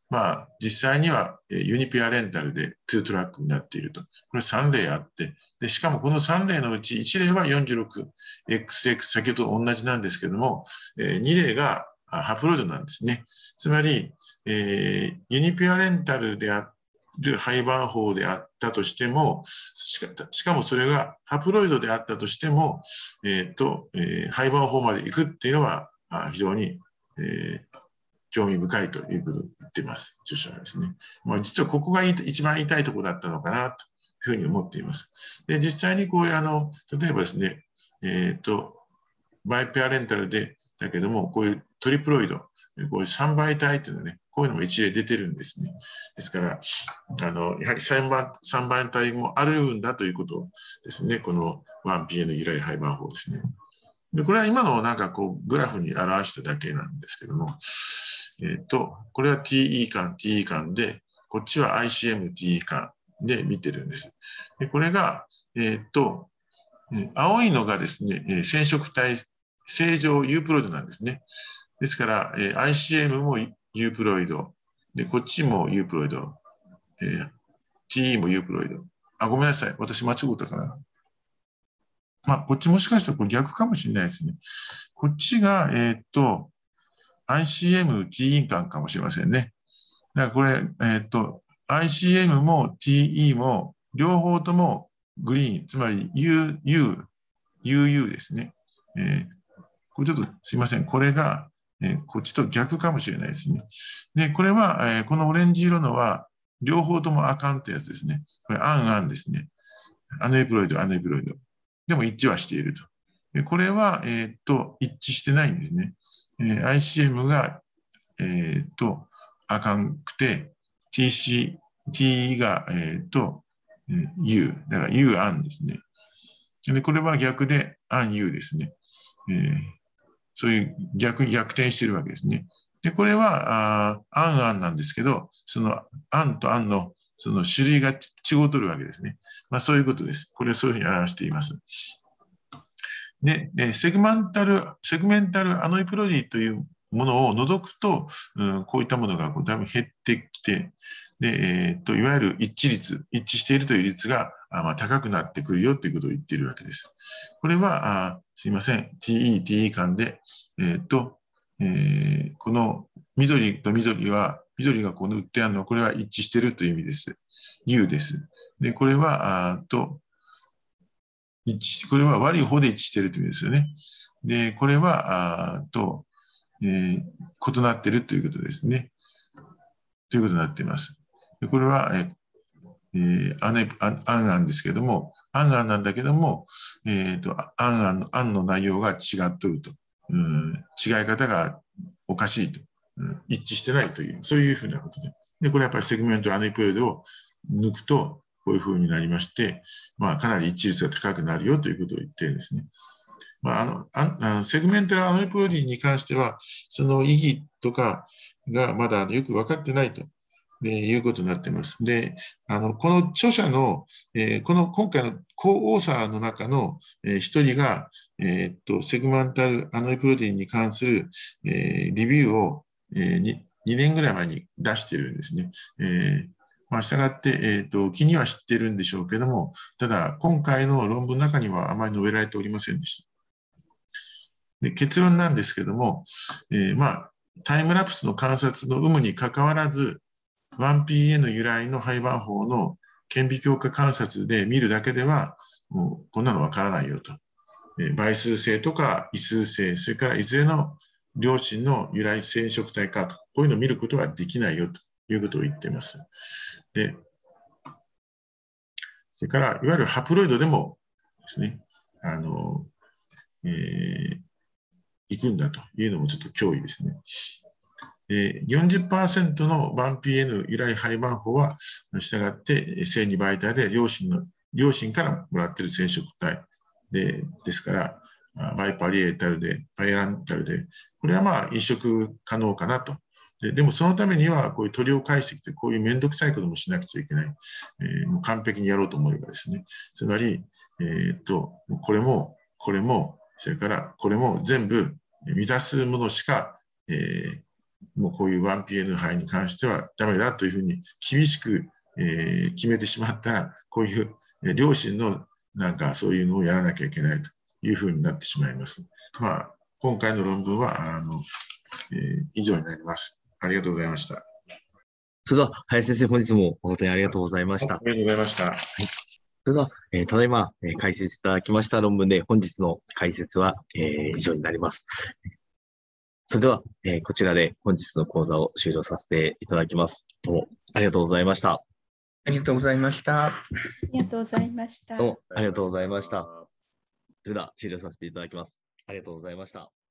S5: まあ、実際にはユニペアレンタルでにトラックになっていると。これさん例あって、でしかもこのさん例のうちいち例は よんじゅうろくエックスエックス、先ほどと同じなんですけども、に例がハプロイドなんですね。つまり、えー、ユニペアレンタルである胚盤胞であったとしても、しか、しかもそれがハプロイドであったとしても、えっと、えー、胚盤胞まで行くっていうのは非常に、えー興味深いということを言っています、著者はですね。まあ、実はここが一番言いたいところだったのかなというふうに思っています。で、実際にこういうあの、例えばですね、えっと、バイペアレンタルで、だけども、こういうトリプロイド、こういうさん倍体というのはね、こういうのも一例出てるんですね。ですから、あの、やはりさん倍体もあるんだということですね、この ワンピーエー の由来胚盤法ですね。で、これは今のなんかこう、グラフに表しただけなんですけども、えっと、これは ティーイー 間、ティーイー 間で、こっちは アイシーエムティーイー 間で見てるんです。で、これが、えっと、青いのがですね、染色体正常 U プロイドなんですね。ですから、アイシーエム も U プロイド。で、こっちも U プロイド。えー、ティーイー も U プロイド。あ、ごめんなさい。私間違ったかな。まあ、こっちもしかしたらこれ逆かもしれないですね。こっちが、えっと、アイシーエム、ティーイー 間かもしれませんね。だからこれ、えっと、アイシーエム も ティーイー も両方ともグリーン、つまり ユーユー、ユーユー ですね。えー、これちょっとすいません。これが、えー、こっちと逆かもしれないですね。で、これは、えー、このオレンジ色のは両方ともあかんってやつですね。これ、アンアンですね。アネイプロイド、アネイプロイド。でも一致はしていると。でこれは、えー、っと、一致してないんですね。えー、アイシーエム が、えー、っと、あかんくて、ティーシー、T が、えー、っと、U。だから U アンですね。で、これは逆でアン U ですね。えー、そういう逆に逆転しているわけですね。で、これは、あアンアンなんですけど、そのアンとアンのその種類が違うとるわけですね。まあそういうことです。これをそういうふうに表しています。で、セグメンタル、セグメンタルアノイプロディというものを除くと、うん、こういったものがこうだいぶ減ってきて、で、えー、といわゆる一致率、一致しているという率があ、まあ、高くなってくるよということを言っているわけです。これは、あすいません、ティーイー、ティーイー 間で、えーとえー、この緑と緑は、緑がこう塗ってあるのは、これは一致しているという意味です。U です。で、これは、あと一致、これは悪い方で一致しているという意味ですよね。で、これは、あと、えー、異なっているということですね。ということになっています。でこれは、えー、アネアンアンですけども、アンアンなんだけども、えーと、アンアンの、アンの内容が違っとると。うん、違い方がおかしいと、うん。一致してないという、そういうふうなことで。で、これはやっぱりセグメントアネプロイドを抜くと、こういうふうになりまして、まあ、かなり一致率が高くなるよということを言ってるんですね。まあ、あのああのセグメンタルアノイプロディに関しては、その意義とかがまだよく分かってないということになっています。で、あのこの著者の、えー、この今回のコオーサーの中の一、えー、人が、えーっと、セグメンタルアノイプロディに関する、えー、レビューを、えー、に, にねんぐらい前に出しているんですね。えーまあ、したがって、えーと、気には知ってるんでしょうけども、ただ、今回の論文の中にはあまり述べられておりませんでした。で結論なんですけども、えーまあ、タイムラプスの観察の有無にかかわらず、ワンピーエー の由来の胚盤胞の顕微鏡化観察で見るだけでは、もうこんなのわからないよと。えー、倍数性とか異数性、それからいずれの両親の由来染色体かと、こういうのを見ることはできないよということを言っています。で、それから、いわゆるハプロイドでもですね、あの、えー、行くんだというのもちょっと脅威ですね。で よんじゅっパーセント の ワンピーエヌ 由来胚盤胞は、したがって正二倍体で両親の、両親からもらっている染色体でですから、バイパリエータルで、パイランタルで、これはまあ移植可能かなと。で, でもそのためには、こういう塗料解析というこういうめんどくさいこともしなくちゃいけない。えー、もう完璧にやろうと思えばですね。つまり、えー、っと、これも、これも、それからこれも全部満たすものしか、えー、 もうこういう ワンピーエヌ 杯に関してはダメだというふうに厳しく、えー、決めてしまったら、こういう、えー、両親のなんかそういうのをやらなきゃいけないというふうになってしまいます。まあ、今回の論文は、あの、えー、以上になります。ありがとうございました。
S1: それでは、林先生、本日も本当にありがとうございました。
S5: ありがとうございました。はい。
S1: それでは、えー、ただいま、えー、解説いただきました論文で、本日の解説は、えー、以上になります。それでは、えー、こちらで本日の講座を終了させていただきます。どうもありがとうございました。
S6: ありがとうございました。
S7: ありがとうございました。
S1: どうもありがとうございました。それでは終了させていただきます。ありがとうございました。